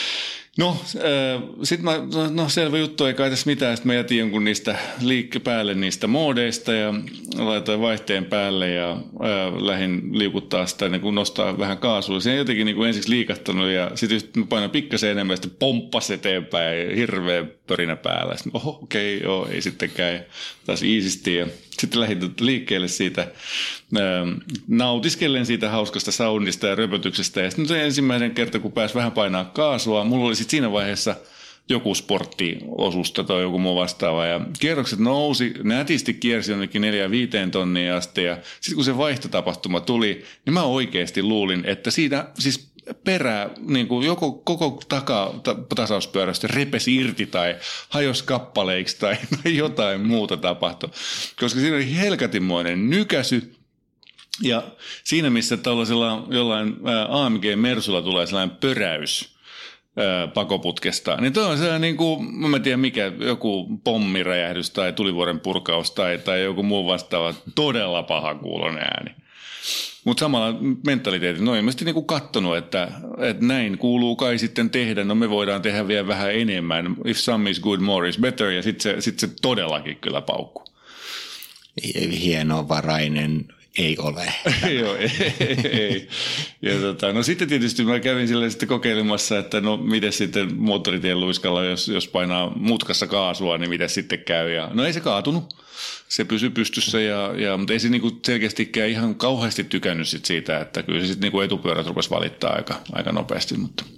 Sitten selvä juttu, ei kai tässä mitään. Sitten mä jätin jonkun päälle niistä moodeista ja laitoin vaihteen päälle ja lähdin liikuttaa sitä, niin kun nostaa vähän kaasua. Se on jotenkin niin kuin ensiksi liikahtanut ja sitten mä painan pikkasen enemmän ja sitten pomppasi eteenpäin ja hirveä pörinä päällä. Sitten ei sittenkään. Taas iisisti ja sitten lähdin liikkeelle siitä, nautiskellen siitä hauskasta soundista ja röpötyksestä. Ja sitten se ensimmäinen kerta, kun pääsi vähän painaa kaasua, mulla oli sitten siinä vaiheessa joku sporttiosusta tai joku muu vastaava. Ja kierrokset nousi, nätisti kiersi jonnekin 4-5 tonnia asti. Ja sitten kun se vaihtotapahtuma tuli, niin mä oikeasti luulin, että siitä siis perä, niin kuin joko koko tasauspyörästä repesi irti tai hajosi kappaleiksi tai jotain muuta tapahtui. Koska siinä oli helkatinmoinen nykäsy. Ja siinä, missä tällaisella jollain AMG-mersulla tulee sellainen pöräys pakoputkesta, niin toi on sellainen, niin kuin, mä en tiedä mikä, joku pommiräjähdys tai tulivuoren purkaus tai joku muu vastaava todella paha kuuloinen ääni. Mutta samalla mentaliteetin, no ilmeisesti niin kuin katsonut, että näin kuuluu kai sitten tehdä, no me voidaan tehdä vielä vähän enemmän, if some is good, more is better, ja sitten se todellakin kyllä paukkuu. Hienovarainen ei ole. Joo, ei. Ja no sitten tietysti mä kävin sille sitten kokeilemassa, että no miten sitten moottoritien luiskalla, jos painaa mutkassa kaasua, niin miten sitten käy. Ja no ei se kaatunut. Se pysyi pystyssä, mutta ei se niinku selkeästikään ihan kauheasti tykännyt sit siitä, että kyllä se sitten niinku etupyörät rupesi valittaa aika nopeasti.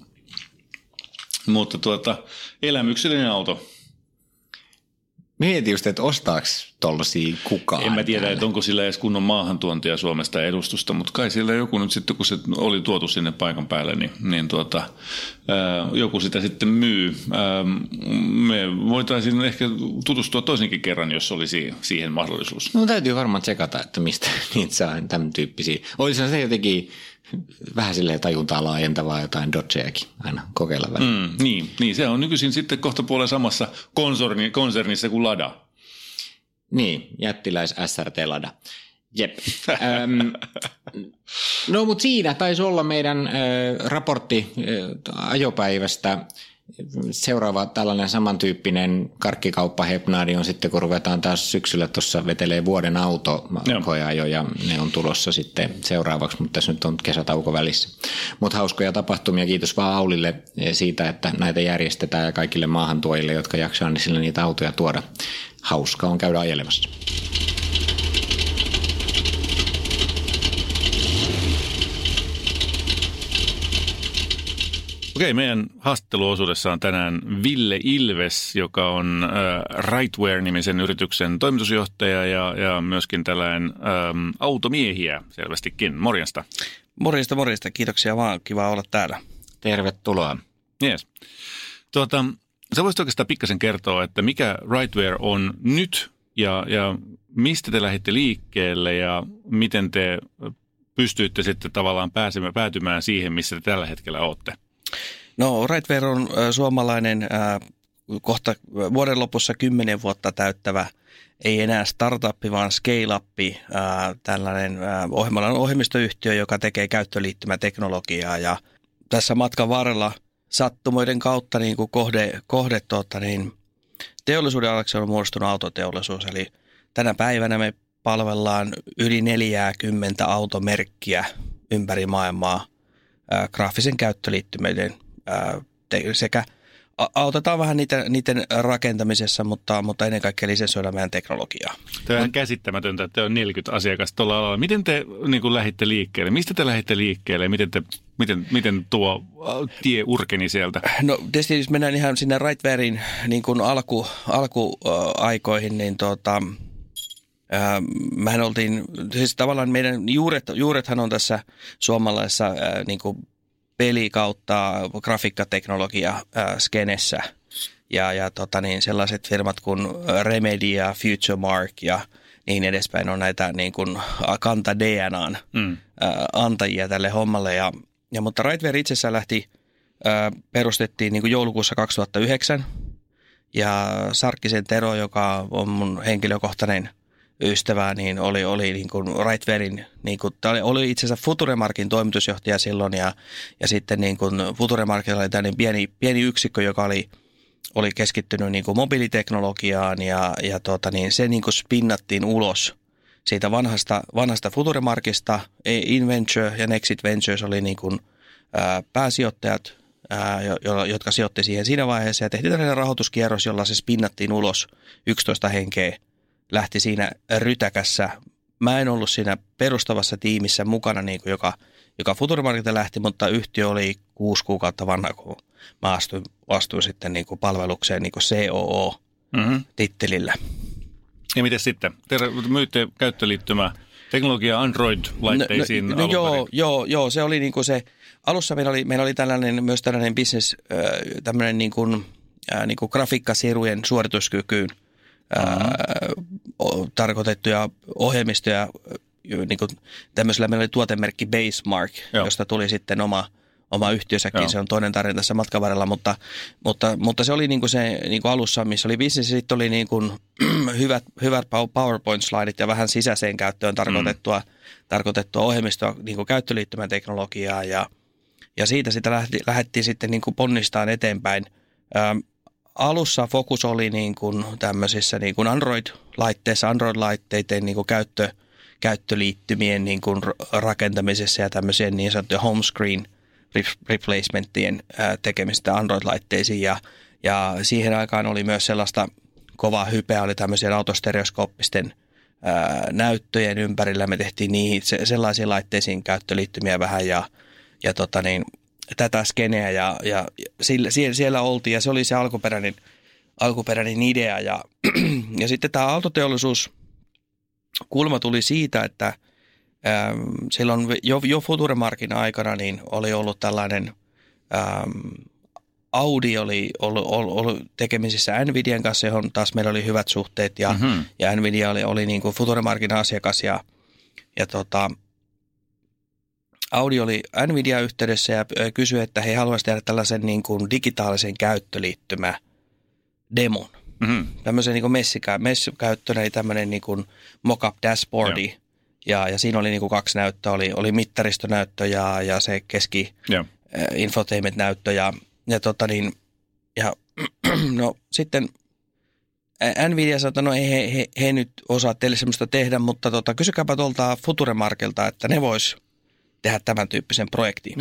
Mutta elämyksellinen auto. Mietin just, että ostaako tollaisia kukaan. En mä tiedä, että onko sillä edes kunnon maahantuontia Suomesta edustusta, mutta kai sillä joku nyt sitten, kun se oli tuotu sinne paikan päälle, niin joku sitä sitten myy. Me voitaisiin ehkä tutustua toisenkin kerran, jos olisi siihen mahdollisuus. No täytyy varmaan tsekata, että mistä niitä saa tämän tyyppisiä. Olisi se jotenkin vähän silleen tajuntaa laajentavaa jotain Dodgeakin aina kokeilla välillä. Niin, se on nykyisin sitten kohta puolen samassa konsernissa kuin Lada. Niin, jättiläis SRT-Lada. Jep. No mutta siinä taisi olla meidän raportti ajopäivästä. Seuraava tällainen samantyyppinen karkkikauppa-hepnaadi on sitten, kun ruvetaan taas syksyllä tuossa vetelee vuoden autokoeajo ja ne on tulossa sitten seuraavaksi, mutta tässä nyt on kesätauko välissä. Mutta hauskoja tapahtumia, kiitos vaan Aulille siitä, että näitä järjestetään ja kaikille maahantuojille, jotka jaksaa niin sillä niitä autoja tuoda. Hauska on käydä ajelemassa. Okei, meidän haastatteluosuudessa on tänään Ville Ilves, joka on Rightware-nimisen yrityksen toimitusjohtaja ja myöskin tällainen automiehiä selvästikin. Morjesta. Morjesta. Kiitoksia vaan. Kiva olla täällä. Tervetuloa. Yes. Sä voisit oikeastaan pikkasen kertoa, että mikä Rightware on nyt ja mistä te lähditte liikkeelle ja miten te pystyitte sitten tavallaan päätymään siihen, missä te tällä hetkellä olette? No Rightware on suomalainen kohta vuoden lopussa 10 vuotta täyttävä, ei enää startuppi, vaan scale-uppi, tällainen ohjelmistoyhtiö, joka tekee käyttöliittymäteknologiaa. Ja tässä matkan varrella sattumoiden kautta niin kuin kohde teollisuuden alaksi on muodostunut autoteollisuus. Eli tänä päivänä me palvellaan yli 40 automerkkiä ympäri maailmaa graafisen käyttöliittymien sekä autetaan vähän niiden rakentamisessa, mutta ennen kaikkea lisensoidaan meidän teknologiaa. Tämä on käsittämätöntä, että on 40 asiakasta tuolla alalla. Miten te niin lähditte liikkeelle? Mistä te lähditte liikkeelle? Miten tuo tie urkeni sieltä? No tietysti jos mennään ihan sinne Rightwarein niin kuin alkuaikoihin, niin mehän oltiin, siis tavallaan meidän juurethan on tässä suomalaisessa niin kuin peli kautta grafiikkateknologia skenessä ja sellaiset firmat kuin Remedy ja FutureMark ja niin edespäin on näitä niin kuin kanta DNAn antajia tälle hommalle mutta Rightware itsessään perustettiin niin kuin joulukuussa 2009 ja Sarkkisen Tero, joka on mun henkilökohtainen ystävää, niin oli niin kuin Rightwarein, niin kuin, oli itse asiassa FutureMarkin toimitusjohtaja silloin ja sitten niin kuin FutureMarkilla oli tämmöinen pieni yksikkö, joka oli keskittynyt niin kuin mobiiliteknologiaan ja se niin kuin spinnattiin ulos siitä vanhasta FutureMarkista. InVenture ja Nexit Ventures oli niin kuin pääsijoittajat, jotka sijoitti siihen siinä vaiheessa ja tehtiin tällainen rahoituskierros, jolla se spinnattiin ulos 11 henkeä. Lähti siinä rytäkässä. Mä en ollut siinä perustavassa tiimissä mukana, niin kuin joka FutureMarkilta lähti, mutta yhtiö oli 6 kuukautta vanha, kun mä astuin sitten niin kuin palvelukseen niin kuin COO-tittelillä. Ja miten sitten? Te myytte käyttöliittymää teknologiaa Android-laitteisiin Joo, se oli niin kuin se. Alussa meillä oli myös tällainen business, tämmöinen niin kuin grafiikkasirujen suorituskykyyn tarkoitettuja ohjelmistoja, niin kuin tämmöisellä meillä oli tuotemerkki Basemark, josta tuli sitten oma yhtiösäkin, se on toinen tarina tässä matkan varrella, mutta se oli niin kuin se niin kuin alussa, missä oli business, sitten oli niin kuin hyvät PowerPoint-slaidit ja vähän sisäiseen käyttöön tarkoitettua ohjelmistoa, niin kuin käyttöliittymän teknologiaa ja siitä sitä lähdettiin sitten niin kuin ponnistaan eteenpäin. Alussa fokus oli niin kuin tämmöisissä niin kuin Android-laitteiden niin kuin käyttöliittymien niin kuin rakentamisessa ja tämmöisien niin sanottujen home screen replacementtien tekemistä Android-laitteisiin ja siihen aikaan oli myös sellaista kovaa hypeä, oli tämmöisen autostereoskooppisten näyttöjen ympärillä. Me tehtiin niihin sellaisiin laitteisiin käyttöliittymiä vähän ja tätä skeneä ja siellä oltiin ja se oli se alkuperäinen idea ja sitten tämä autoteollisuus kulma tuli siitä, että silloin jo Futuremarkin aikana niin oli ollut tällainen Audi oli ollut tekemisissä Nvidian kanssa, johon taas meillä oli hyvät suhteet ja Nvidia oli niin kuin Futuremarkin asiakas ja Audi oli Nvidia-yhteydessä ja kysyi, että he haluaisivat tehdä tällaisen niin kuin digitaalisen käyttöliittymä demon. Tämmöisen niin kuin messikäyttöön, eli tämmöinen niin kuin mock-up dashboardi. Ja siinä oli niin kuin 2 näyttöä, oli mittaristonäyttö ja se infotainment-näyttö ja no sitten Nvidia sanoi, että no ei he nyt osaa teille semmoista tehdä, mutta kysykääpä tuolta Futuremarkilta, että ne vois tehdä tämän tyyppisen projektin.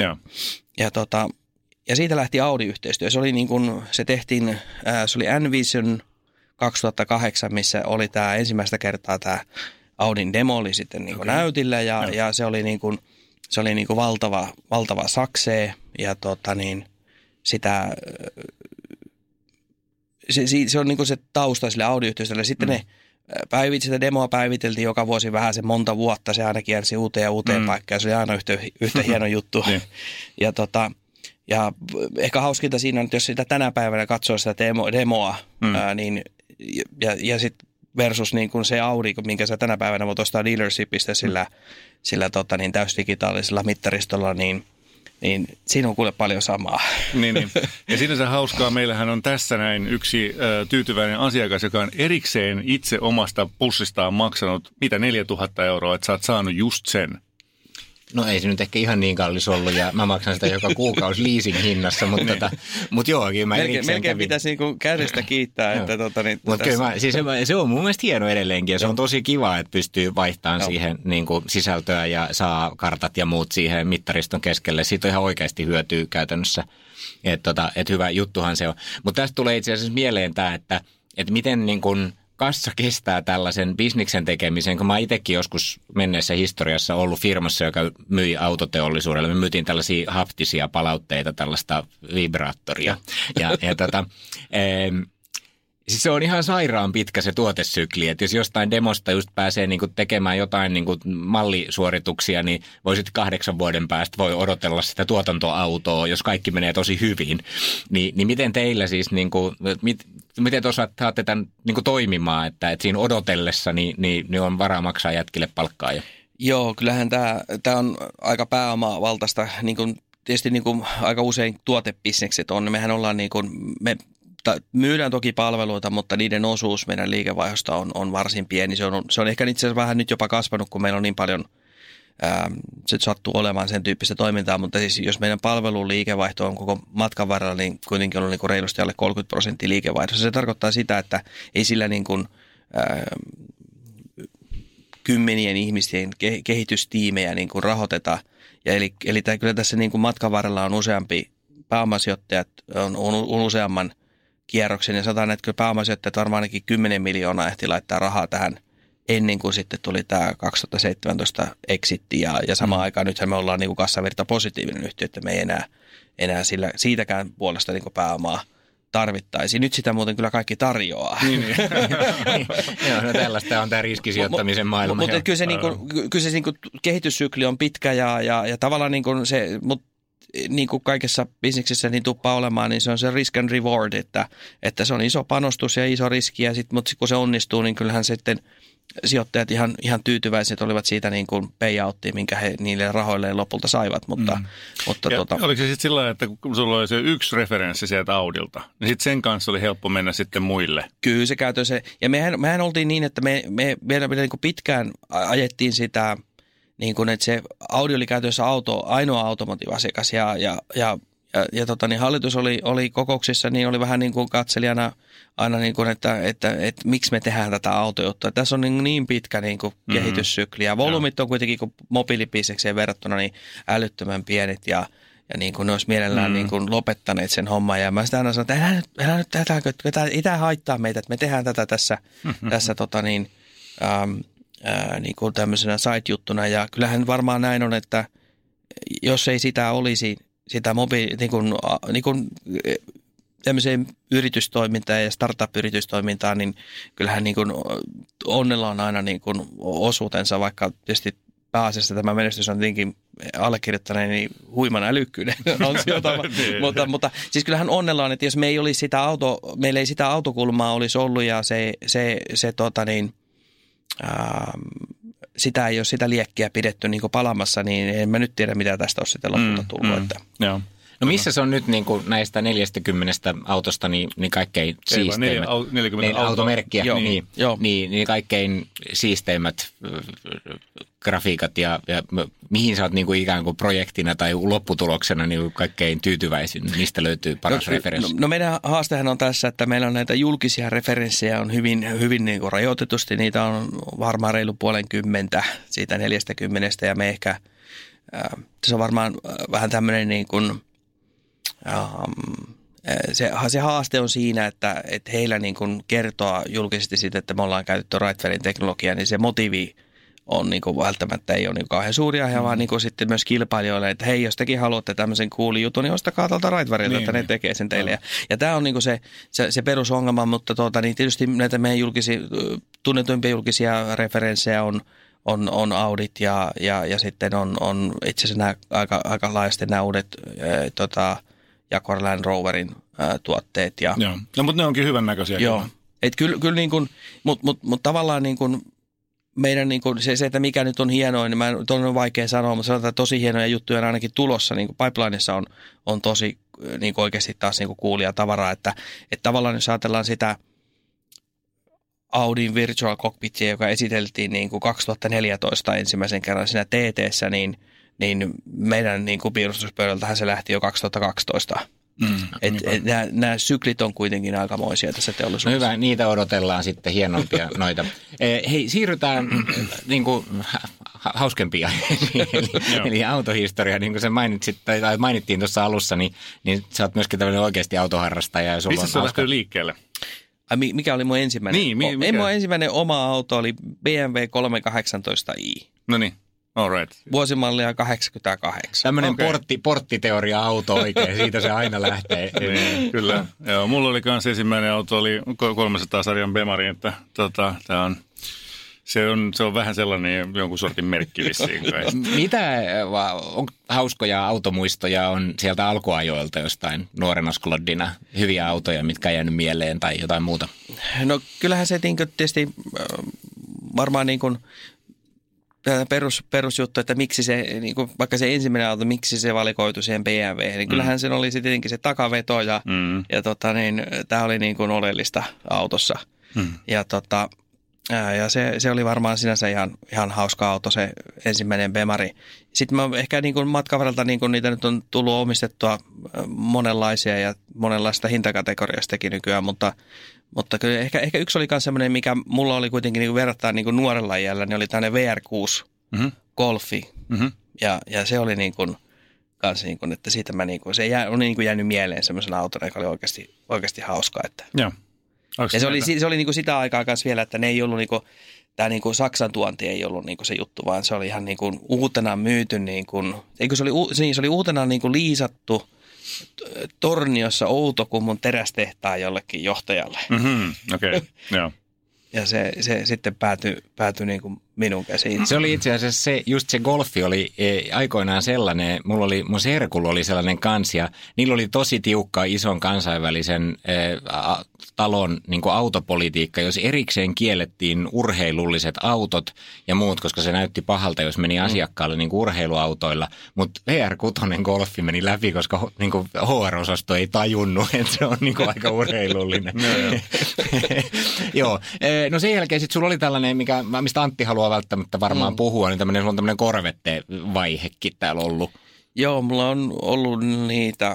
Ja siitä lähti Audi-yhteistyö. Se oli niin kuin, se tehtiin, se oli N-Vision 2008, missä oli tämä ensimmäistä kertaa tämä Audin demo oli sitten niin kuin näytillä ja se oli niin kuin, valtava saksee ja sitä se on niin kuin se tausta sille Audi-yhteistyölle. Sitten ne sitä demoa päiviteltiin joka vuosi vähän se monta vuotta. Se aina kiersi uuteen paikkaan. Se oli aina yhtä hieno juttu. Ja ehkä hauskinta siinä on, että jos sitä tänä päivänä katsoo sitä demoa, niin ja sitten versus niin kuin se Audi, minkä sä tänä päivänä voit ostaa dealershipistä sillä täysdigitaalisella mittaristolla, niin siinä on kuule paljon samaa. Niin. Ja sinänsä hauskaa. Meillähän on tässä näin yksi tyytyväinen asiakas, joka on erikseen itse omasta pussistaan maksanut 4 000 €, että sä oot saanut just sen. No ei se nyt ehkä ihan niin kallis ollut ja mä maksan sitä joka kuukausi leasing hinnassa, mutta joo, kyllä mä erikseen melkein pitäisi niinku kädestä kiittää. Mutta kyllä se on mun mielestä hieno edelleenkin ja se on tosi kiva, että pystyy vaihtamaan siihen niinku sisältöä ja saa kartat ja muut siihen mittariston keskelle. Siitä on ihan oikeasti hyötyä käytännössä, että hyvä juttuhan se on. Mutta tästä tulee itse asiassa mieleen tämä, että miten niin kuin kassa kestää tällaisen bisniksen tekemisen, kun mä itsekin joskus menneessä historiassa ollut firmassa, joka myi autoteollisuudelle. Me myytiin tällaisia haptisia palautteita, tällaista vibraattoria. Siis se on ihan sairaan pitkä se tuotesykli, että jos jostain demosta just pääsee niinku tekemään jotain niinku mallisuorituksia, niin voisit 8 vuoden päästä voi odotella sitä tuotantoautoa, jos kaikki menee tosi hyvin. Niin miten teillä siis, niinku, miten te saatte tämän niinku toimimaan, että siinä odotellessa niin on varaa maksaa jätkille palkkaa? Joo, kyllähän tämä on aika pääomavaltaista, niin kuin, tietysti niin kuin aika usein tuotebisnekset on. Mehän ollaan niin kuin, myydään toki palveluita, mutta niiden osuus meidän liikevaihdosta on varsin pieni. Se on ehkä itse asiassa vähän nyt jopa kasvanut, kun meillä on niin paljon, se sattuu olemaan sen tyyppistä toimintaa, mutta siis jos meidän palvelun liikevaihto on koko matkan varrella, niin kuitenkin on niin kuin reilusti alle 30% liikevaihdossa. Se tarkoittaa sitä, että ei sillä niin kuin, kymmenien ihmisten kehitystiimejä niin kuin rahoiteta. Ja eli kyllä tässä niin kuin matkan varrella on useampi pääomasijoittajat, on useamman kierroksen ja sanotaan, että kyllä pääomasijoittajat varmaan ainakin 10 miljoonaa ehti laittaa rahaa tähän ennen kuin sitten tuli tämä 2017 exitti ja samaan aikaan nythän me ollaan niin kuin kassavirta positiivinen yhtiö, että me ei enää siitäkään puolesta niin kuin pääomaa tarvittaisiin. Nyt sitä muuten kyllä kaikki tarjoaa. Joo, no tällaista on tämä riskisijoittamisen maailma. Mutta kyllä se niin kuin kehityssykli on pitkä ja tavallaan niin kuin se, mutta niin kuin kaikessa bisneksessä niin tuppaa olemaan, niin se on se risk and reward, että se on iso panostus ja iso riski, mutta kun se onnistuu, niin kyllähän sitten sijoittajat ihan tyytyväiset olivat siitä niin kuin payouttia, minkä he niille rahoille lopulta saivat. Mutta oliko se sitten sillä tavalla, että kun sulla oli se yksi referenssi sieltä Audilta, niin sitten sen kanssa oli helppo mennä sitten muille? Kyllä se käytö se. Ja mehän oltiin niin, että me vielä niin kuin pitkään ajettiin sitä, niin kuin, että se Audi oli käytössä ainoa automotiiviasiakas ja niin hallitus oli kokouksissa, niin oli vähän niin kuin katselijana aina, niin kuin, että miksi me tehdään tätä autojuttua. Tässä on niin pitkä niin kuin kehityssykli ja volyymit on kuitenkin kun mobiilipisekseen verrattuna niin älyttömän pienet ja niin kuin ne olisi mielellään niin kuin lopettaneet sen homman. Ja mä sitä aina sanon, että älä nyt tätä, ei tämä haittaa meitä, että me tehdään tätä tässä niin kuin tämmöisenä side-juttuna. Ja kyllähän varmaan näin on, että jos ei sitä olisi, sitä niin kuin tämmöiseen yritystoimintaan ja startup-yritystoimintaan, niin kyllähän niin kuin onnella on aina niin kuin osuutensa, vaikka tietysti pääasiassa tämä menestys on tietenkin allekirjoittaneen niin huiman älykkyyden ansiota, mutta siis kyllähän onnella on, että jos meillä ei sitä autokulmaa olisi ollut ja sitä ei ole sitä liekkiä pidetty niin kuin palamassa, niin en mä nyt tiedä, mitä tästä olisi sitten lopulta tullut. Joo. No missä se on nyt niin kuin näistä 40 autosta niin kaikkein siisteimmät? 40 automerkkiä, niin kaikkein siisteimmät grafiikat ja mihin sä oot niin kuin ikään kuin projektina tai lopputuloksena niin kaikkein tyytyväisin? Mistä löytyy paras referenssi? No meidän haastehan on tässä, että meillä on näitä julkisia referenssejä on hyvin niin kuin rajoitetusti. Niitä on varmaan reilu 50 siitä 40 ja me ehkä, se on varmaan vähän tämmöinen niin kuin, se haaste on siinä, että heillä niin kuin kertoa julkisesti siitä, että me ollaan käytetty Rightwellin teknologiaa, niin se motiivi on niin kuin välttämättä ei ole niin kauhean suuria, vaan niin kuin sitten myös kilpailijoille, että hei, jos tekin haluatte tämmöisen jutun, niin ostakaa tuolta Rightwellilta, että ne tekee sen teille. Ja tämä on niin kuin se perusongelma, mutta niin tietysti näitä meidän tunnetuimpia julkisia referenssejä on Audit ja sitten on itse asiassa nämä aika laajasti nämä uudet Jaguar Land Roverin tuotteet. Joo, no, mutta ne onkin hyvän näköisiä. Joo, että kyllä niin kuin, mutta tavallaan niin kuin meidän niin kuin se, että mikä nyt on hienoa, niin on vaikea sanoa, mutta sanotaan, että tosi hienoja juttuja on ainakin tulossa. Niin kuin pipelineissa on tosi niin kuin oikeasti taas niin kuin coolia tavaraa, että tavallaan jos ajatellaan sitä Audin Virtual Cockpitia, joka esiteltiin niin kuin 2014 ensimmäisen kerran siinä TT:ssä, niin meidän niin kuin piirustuspöydältähän se lähti jo 2012. Nämä syklit on kuitenkin aikamoisia tässä teollisuudessa. No hyvä, niitä odotellaan sitten hienompia noita. Hei, siirrytään niin kuin hauskempia, eli autohistoria, niin kuin sä mainitsit, tai mainittiin tuossa alussa, niin sä oot myöskin tämmöinen oikeasti autoharrastaja. Missä sä lähtee liikkeelle? Mikä oli mun ensimmäinen? Mun ensimmäinen oma auto oli BMW 318i. No niin. All right. Vuosimallia 88. Tämmöinen porttiteoria auto oikein, siitä se aina lähtee. Niin, kyllä. Joo, mulla oli kans ensimmäinen auto, oli 300-sarjan Bemari, että tää on, se on vähän sellainen jonkun sortin merkki vissiin. Mitä hauskoja automuistoja on sieltä alkuajoilta jostain nuorena skloddina? Hyviä autoja, mitkä on jäänyt mieleen tai jotain muuta? No kyllähän se tietysti varmaan niin kuin perusjuttu, että miksi se, niin kuin vaikka se ensimmäinen auto, miksi se valikoitu siihen BMW, niin kyllähän sen oli tietenkin se takaveto ja tämä oli niin kuin oleellista autossa. Ja se oli varmaan sinänsä ihan hauska auto, se ensimmäinen Bemari. Sitten mä ehkä niin kuin matkan varrelta niin kuin niitä nyt on tullut omistettua monenlaisia ja monenlaista hintakategoriastakin nykyään, mutta kyllä ehkä yksi oli myös semmoinen, mikä mulla oli kuitenkin niin verrattain niin nuorella iällä, niin oli tämmöinen VR6 Golfi. Ja se oli niin kuin, kans niin kuin, että siitä mä niin kuin, se on niin kuin jäänyt mieleen semmoisena autona, joka oli oikeasti hauska. Että. Joo. Ja se oli niin kuin sitä aikaa kanssa vielä, että ne ei ollut niin kuin, tämä niin kuin Saksan tuonti ei ollut niin kuin se juttu, vaan se oli ihan niin kuin uutena myyty, niin kuin, eikö se oli uutena niin kuin liisattu Torniossa Outokummun terästehtaan jollekin johtajalle. Okei, joo. Ja se sitten päätyi niin kuin minun käsiin. Se oli itse asiassa just se Golfi oli aikoinaan sellainen, mun serkulla oli sellainen kans ja niillä oli tosi tiukka ison kansainvälisen talon niin kuin autopolitiikka, jos erikseen kiellettiin urheilulliset autot ja muut, koska se näytti pahalta, jos meni asiakkaalle niin kuin urheiluautoilla. Mutta VR6 Golfi meni läpi, koska niin kuin HR-osasto ei tajunnut, että se on niin kuin aika urheilullinen. Joo. No sen jälkeen sitten sulla oli tällainen, mistä Antti haluaa välttämättä varmaan puhua, niin sulla on tämmöinen Corvette-vaihekin täällä ollut. Joo, mulla on ollut niitä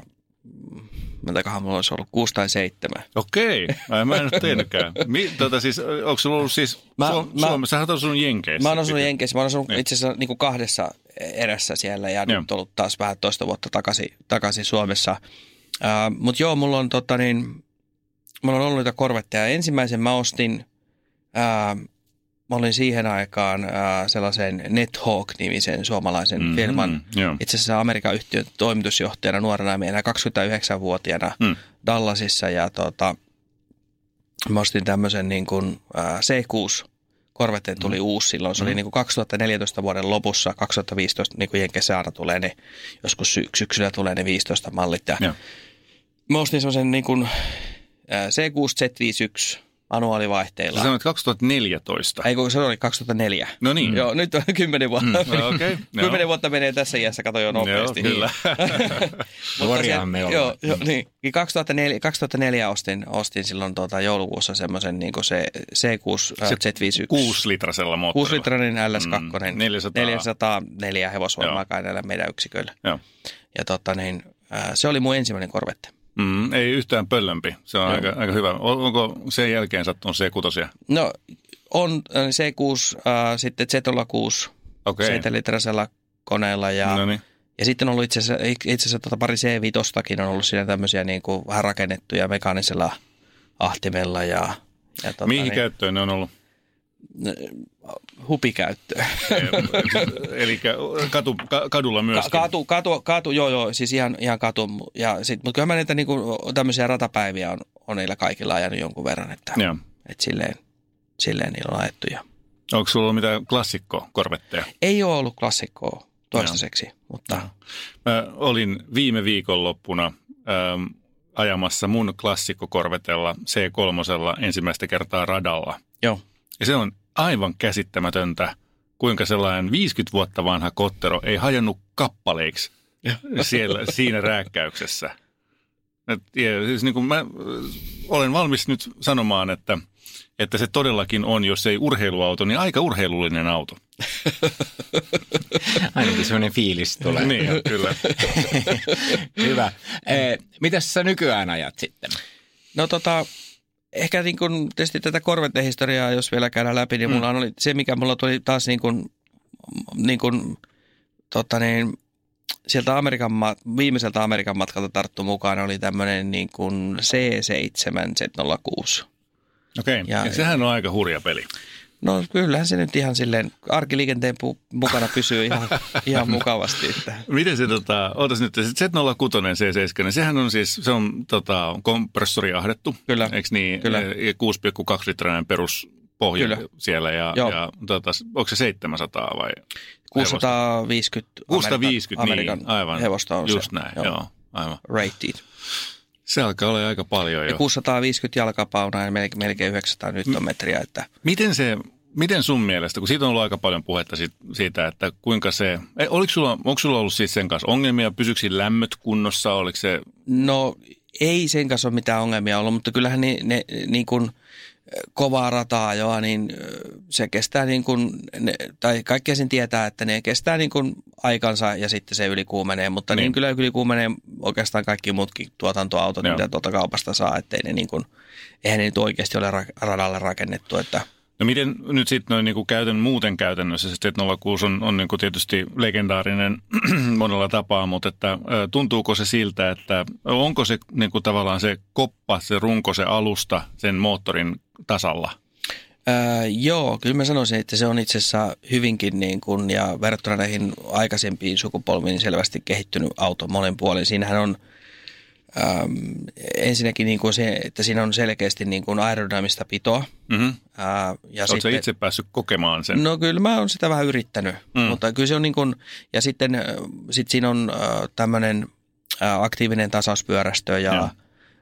Miltäköhän mulla olisi ollut 6 tai 7. Okei, mä en ole tehnytkään. Siis, onko sulla ollut siis Suomessa? Sähän oot asunut Jenkeissä. Mä oon asunut Jenkeissä. Mä oon asunut itse asiassa niin kuin 2 erässä siellä ja nyt ollut taas vähän toista vuotta takaisin Suomessa. Mutta joo, mulla on mulla on ollut niitä korvetteja. Ensimmäisen mä ostin, mä olin siihen aikaan sellaisen NetHawk-nimisen suomalaisen firman. Itse asiassa Amerikan yhtiön toimitusjohtajana nuorena miehenä 29-vuotiaana Dallasissa. Ja mä ostin tämmöisen niin kuin C6 korvetteen tuli uusi silloin. Se oli niin kuin 2014 vuoden lopussa, 2015 niin kuin Jenkeissä aina tulee ne, joskus syksyllä tulee ne 15 mallit. Ja mä ostin semmoisen niin kuin C6Z51 manuaalivaihteilla. Sä sanoit 2014. Ei, kun se oli 2004. No niin. Joo, nyt on 10 vuotta. Okay, 10 vuotta menee tässä iässä, kato jo nopeasti. Joo, kyllä. Nuoriahan me ollaan. Joo, niin. 2004 ostin silloin joulukuussa semmoisen niin kuin se C6 Z51. 6-litrasella moottorilla. 6-litrainen LS2. 404 hevosvoimaa kai näillä meidän yksiköillä. Joo. Ja se oli mun ensimmäinen korvette. Ei yhtään pöllömpi. Se on aika hyvä. Onko sen jälkeen sattunut C6? No on C6, sitten Z06 7-litrasella koneella ja sitten on ollut itse asiassa pari C5:stäkin on ollut siinä tämmöisiä niin kuin vähän rakennettuja mekaanisella ahtimella. Mihin käyttöön ne on ollut? Hupikäyttöön. Eli kadulla myöskin? Katu, joo, siis ihan katu. Mutta kyllä mä niitä niinku, tämmöisiä ratapäiviä on niillä kaikilla ajanut jonkun verran, että silleen niillä on ajettu. Onko sulla ollut mitään klassikko-korvetteja? Ei ole ollut klassikkoa toistaiseksi, mutta... Mä olin viime viikonloppuna ajamassa mun klassikko-korvetella C3 ensimmäistä kertaa radalla. Joo. Ja se on aivan käsittämätöntä, kuinka sellainen 50 vuotta vanha kottero ei hajonnut kappaleiksi siinä rääkkäyksessä. Siis niin kuin mä olen valmis nyt sanomaan, että se todellakin on, jos ei urheiluauto, niin aika urheilullinen auto. Ainakin sellainen fiilis tulee. Niin, kyllä. Hyvä. Mitäs sä nykyään ajat sitten? No ehkä niin kuin tietysti tätä Corvette-historiaa, jos vielä käydään läpi, niin mulla oli se, mikä mulla tuli taas sieltä viimeiseltä Amerikan matkalta tarttu mukaan, oli tämmöinen niin kuin C7 Z06. Okei, ja sehän on aika hurja peli. No kyllähän se nyt ihan silleen arkiliikenteen mukana pysyy ihan mukavasti. Että. Miten se, ootas nyt, se Z06 C7, niin sehän on siis, se on kompressori ahdettu. Kyllä. Eikö niin? Kyllä. 6,2-litrainen peruspohja Kyllä. siellä ja onko se 700 vai? 650 Amerikan niin, aivan. Hevosta on just se. Näin, joo, aivan. Rated. Se alkaa olla aika paljon jo. Ja 650 jalkapaunaa ja melkein 900 newtonmetriä. Että. Miten sun mielestä, kun siitä on ollut aika paljon puhetta siitä, että kuinka se, onko sulla ollut siis sen kanssa ongelmia, pysyykö siinä lämmöt kunnossa, oliko se? No ei sen kanssa ole mitään ongelmia ollut, mutta kyllähän ne niin kuin kovaa rataa joa, niin se kestää niin kuin, tai kaikkea sen tietää, että ne kestää niin kuin aikansa ja sitten se ylikuumenee, mutta niin kyllä ylikuumenee oikeastaan kaikki muutkin tuotantoautot, mitä tuolta kaupasta saa, ettei ne niin kuin, eihän ne nyt oikeasti ole radalle rakennettu, että. No miten nyt sitten noin niinku muuten käytännössä, se Z06 on niinku tietysti legendaarinen monella tapaa, mutta että tuntuuko se siltä, että onko se niinku tavallaan se koppa, se runko, se alusta sen moottorin tasalla? Joo, kyllä mä sanoisin, että se on itse asiassa hyvinkin niin kuin, ja verrattuna näihin aikaisempiin sukupolviin selvästi kehittynyt auto molen puolin. Siinähän on ensinnäkin niin kuin se, että siinä on selkeästi niin kuin aerodynaamista pitoa. Mm-hmm. Oletko sä itse päässyt kokemaan sen? No kyllä mä oon sitä vähän yrittänyt, mutta kyllä se on niin kuin, ja sitten siinä on tämmöinen aktiivinen tasauspyörästö ja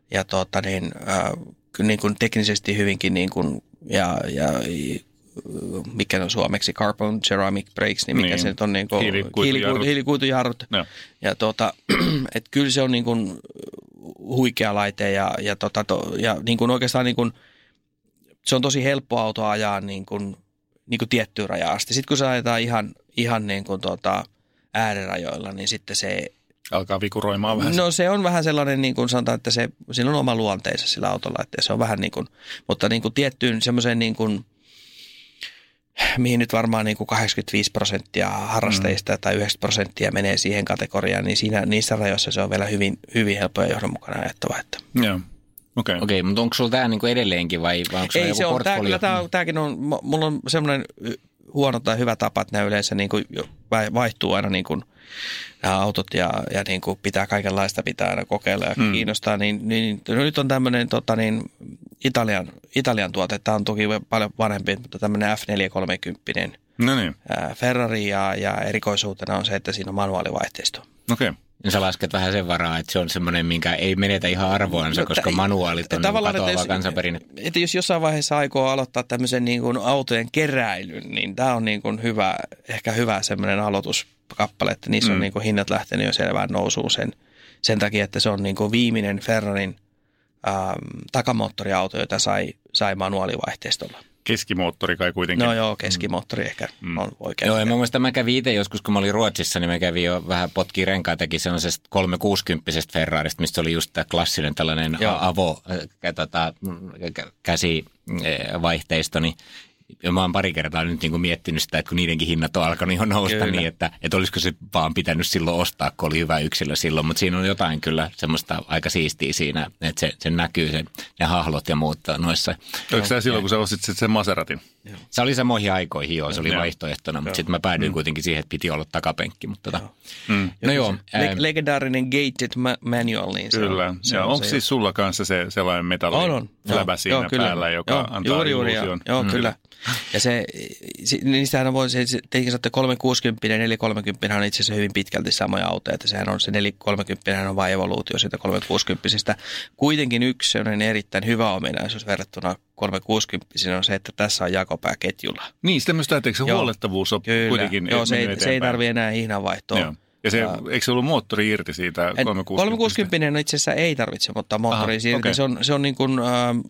kyllä niin kuin teknisesti hyvinkin niin kuin, ja mikä on suomeksi carbon ceramic brakes, niin mikä se nyt on niin kuin hiilikuitujarrut. Ja että kyllä se on niin kuin huikea laite ja niin kuin oikeastaan niin kuin, se on tosi helppo auto ajaa niin kuin tiettyyn rajaan asti. Sitten kun se ajetaan ihan niin kuin äärirajoilla, niin sitten se Alkaa vikuroimaan vähän. No se on vähän sellainen, niin kuin sanotaan, että sillä on oma luonteensa sillä autolla, että se on vähän niin kuin, mutta niin kuin tiettyyn semmoiseen niin kuin, mihin nyt varmaan niin kuin 85% harrastajista tai 90% menee siihen kategoriaan, niin niissä rajoissa se on vielä hyvin, hyvin helppo ja johdonmukainen ajattava. Että. Joo. Okei, mutta onko sulla tämä niinku edelleenkin vai onko sulla joku portfolio? Tämäkin on, mulla on semmoinen huono tai hyvä tapa, että nämä yleensä niin kuin vaihtuu aina niin kuin nämä autot ja niin kuin kaikenlaista pitää aina kokeilla ja kiinnostaa. Niin, nyt on tämmöinen Italian tuote, tämä on toki paljon vanhempi, mutta tämmöinen F430 Ferrari ja erikoisuutena on se, että siinä on manuaalivaihteisto. Okei. Ja sä lasket vähän sen varaa, että se on semmoinen, minkä ei menetä ihan arvoansa, koska manuaalit on katoava kansanperinne. Että jos jossain vaiheessa aikoo aloittaa tämmöisen niin kuin autojen keräilyn, niin tämä on niin kuin ehkä hyvä semmoinen aloituskappale, että niissä on niin kuin hinnat lähtenyt jo selvään nousuun sen takia, että se on niin kuin viimeinen Ferrarin takamoottoriauto, jota sai manuaalivaihteistolla. Keskimoottori kai kuitenkin. No joo, keskimoottori ehkä on oikein. Joo, ja mun mielestä mä kävin itse joskus, kun mä olin Ruotsissa, niin mä kävin jo vähän potkii renkaitakin sellaisesta 360 Ferrarista, mistä oli just tämä klassinen tällainen käsivaihteisto, niin ja mä oon pari kertaa nyt niin kuin miettinyt sitä, että kun niidenkin hinnat on alkanut jo nousta niin, että olisiko se vaan pitänyt silloin ostaa, kun oli hyvä yksilö silloin. Mutta siinä on jotain kyllä semmoista aika siistiä siinä, että se näkyy ne hahlot ja muut noissa. Oliko tämä silloin, kun sä ostit sen Maseratin? Se oli samoihin aikoihin, se oli vaihtoehtona, mutta sitten mä päädyin kuitenkin siihen, että piti olla takapenkki. Mutta legendaarinen gated manual, niin se kyllä. Onko siis sulla kanssa se sellainen metalliläbä siinä päällä, joka antaa illuusion? Joo, kyllä. Ja niistähän on tietenkin sanotte 360 ja 430 on itse asiassa hyvin pitkälti samoja autoja, että sehän on se 430 on vain evoluutio siitä 360. Kuitenkin yksi sellainen erittäin hyvä ominaisuus verrattuna 360 on se, että tässä on jakopää ketjulla. Niin, sitä myös täytyykö se huollettavuus on kuitenkin joo, se ei tarvitse enää hihnanvaihtoa. Joo. Ja eikö se ollut moottori irti siitä 360? 360 itse asiassa ei tarvitse, mutta moottori irti. Okay. Se on niin kuin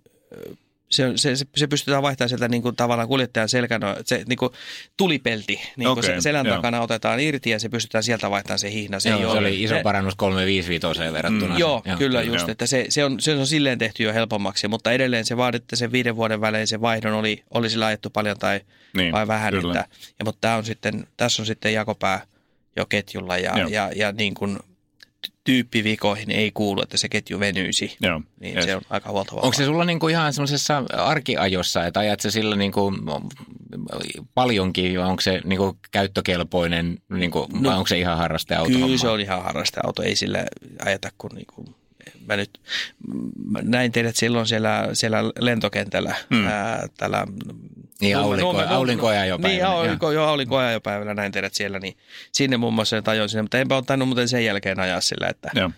se pystytään vaihtamaan sieltä niin kuin tavallaan kuljettajan se niin kuin tulipelti, niin kuin selän takana otetaan irti ja se pystytään sieltä vaihtamaan se hihna. Se oli iso parannus 355 verrattuna. Joo, kyllä just, että se on silleen tehty jo helpommaksi, mutta edelleen se vaadit, että sen 5 vuoden välein se vaihdon oli sillä ajettu paljon tai vai vähän. Mutta tässä on sitten jakopää jo ketjulla ja niin kuin tyyppivikoihin ei kuulu, että se ketju venyisi. Joo, niin se on aika huoltavaa. Onko se sulla niinku ihan semmoisessa arkiajossa, että ajat se sillä niinku paljonkin, vai onko se niinku käyttökelpoinen, niinku, vai onko se ihan harrasteauto? Kyllä se on ihan harrasteauto, ei sillä ajeta kuin niinku, mä nyt näin teidät silloin siellä lentokentällä täällä. Niin aurinkoajopäivänä. Niin aurinkoajopäivänä näin teidät siellä, niin sinne muun muassa tajoin sinne, mutta enpä ottanut muuten sen jälkeen ajaa sillä,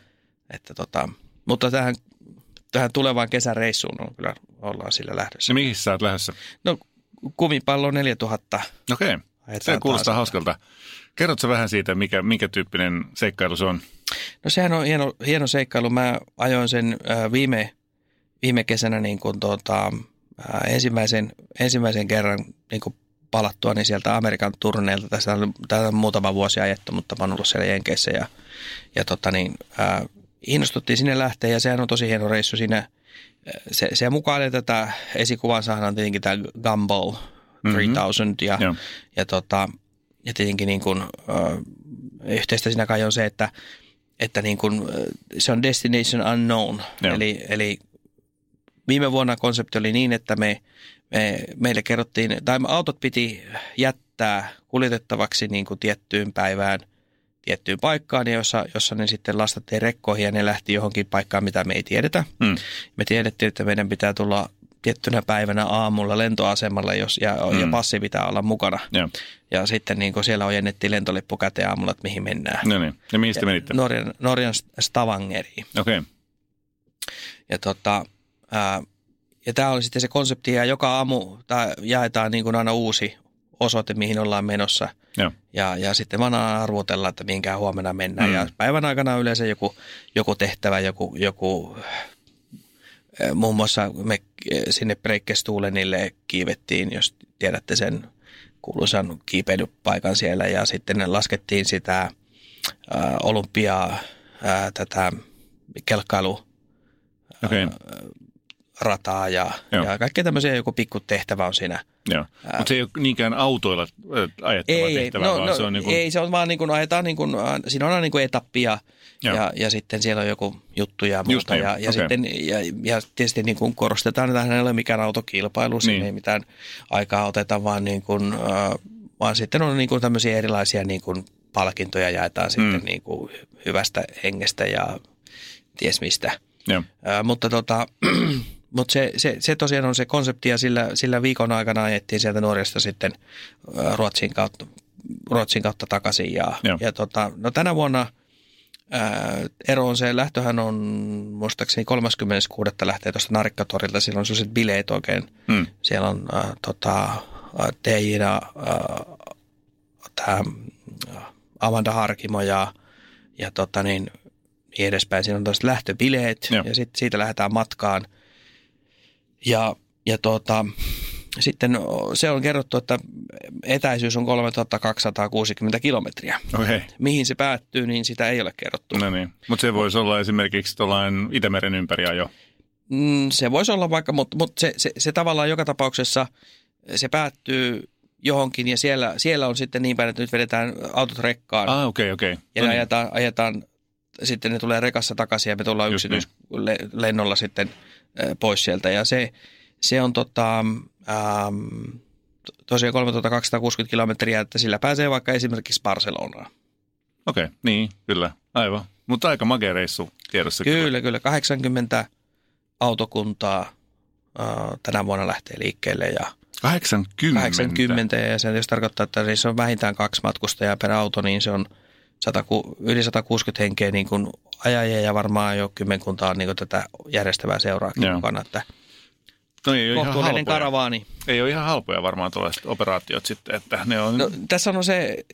mutta tähän tulevaan kesäreissuun on kyllä ollaan sillä lähdössä. Ja mihin sä oot lähdössä? No kumipallo 4000. Okei, se kuulostaa hauskalta. Kerrotko vähän siitä, mikä tyyppinen seikkailu se on? No sehän on hieno seikkailu. Mä ajoin sen viime kesänä niin kuin ensimmäisen kerran niin kuin palattua niin sieltä Amerikan turneilta. Tästä on muutama vuosi ajettu, mutta mä oon ollut siellä Jenkeissä innostuttiin sinne lähteä ja sehän on tosi hieno reissu siinä. Se mukailee tätä esikuvansahan on tietenkin tämä Gumball 3000 ja tietenkin niin kuin, yhteistä siinä kai on se, että niin kuin, se on destination unknown. Eli viime vuonna konsepti oli niin, että meille kerrottiin, tai autot piti jättää kuljetettavaksi niin kuin tiettyyn päivään, tiettyyn paikkaan, jossa ne sitten lastattiin rekkoihin ja ne lähti johonkin paikkaan, mitä me ei tiedetä. Me tiedettiin, että meidän pitää tulla tiettynä päivänä aamulla lentoasemalle ja passi pitää olla mukana. Ja sitten niin kuin siellä ojennettiin lentolippu käteen aamulla, että mihin mennään. No niin. Ja mihin sitten menitte? Norjan Stavangeriin. Okei. Ja tämä oli sitten se konsepti, ja joka aamu jaetaan niin kuin aina uusi osoite, mihin ollaan menossa. Ja sitten vaan arvotella, että mihinkään huomenna mennään. Ja päivän aikana on yleensä joku tehtävä, joku muun muassa me sinne Breikestuulenille kiivettiin, jos tiedätte sen kuuluisan kiipeilypaikan siellä. Ja sitten laskettiin sitä tätä kelkkailu rataa ja kaikkea tämmöisiä, joku pikku tehtävä on siinä. Joo, mutta se ei ole niinkään autoilla ajettava tehtävä, vaan se on niin kuin... Ei, se on vaan niin kuin ajetaan, niin kuin, siinä on aina niin kuin etappia ja sitten siellä on joku juttu ja muuta. Ja tietysti niin kuin korostetaan, että ei ole mikään autokilpailu, siinä ei mitään aikaa oteta, vaan, niin kuin, vaan sitten on niin kuin tämmöisiä erilaisia niin kuin palkintoja jaetaan sitten niin kuin hyvästä hengestä ja ties mistä. Mutta se tosiaan on se konsepti ja sillä viikon aikana ajettiin sieltä Norjasta sitten Ruotsin kautta takaisin. No tänä vuonna ero on se, lähtöhän on muistaakseni 36. lähtee tuosta Narikkatorilta, siellä on sellaiset bileet oikein. Siellä on TJ:nä tämä Amanda Harkimo ja niin edespäin. Siinä on tällaiset lähtöbileet ja sitten siitä lähdetään matkaan. Ja sitten se on kerrottu, että etäisyys on 3260 kilometriä. Okay. Mihin se päättyy, niin sitä ei ole kerrottu. No niin, mutta se voisi olla esimerkiksi tuollainen Itämeren ympäri ajo. Se voisi olla vaikka, mutta se tavallaan joka tapauksessa se päättyy johonkin ja siellä on sitten niin päin, että nyt vedetään autot rekkaan. Okei. Ja ne ajetaan, sitten ne tulee rekassa takaisin ja me tullaan yksityislennolla sitten pois sieltä. Ja se on tosiaan 3260 kilometriä, että sillä pääsee vaikka esimerkiksi Barcelonaan. Okei, niin, kyllä, aivan. Mutta aika makea reissu tiedossa. Kyllä. 80 autokuntaa tänä vuonna lähtee liikkeelle. Ja 80 ja se jos tarkoittaa, että se on vähintään 2 matkustajaa per auto, niin se on yli 160 henkeä niin kuin ajajia ja varmaan jo kymmenkuntaa niin kuin tätä järjestävää seuraakin mukana. Että kohtuullinen karavaani. Ei ole ihan halpoja varmaan tuollaiset operaatiot sitten, että ne on... No, tässä on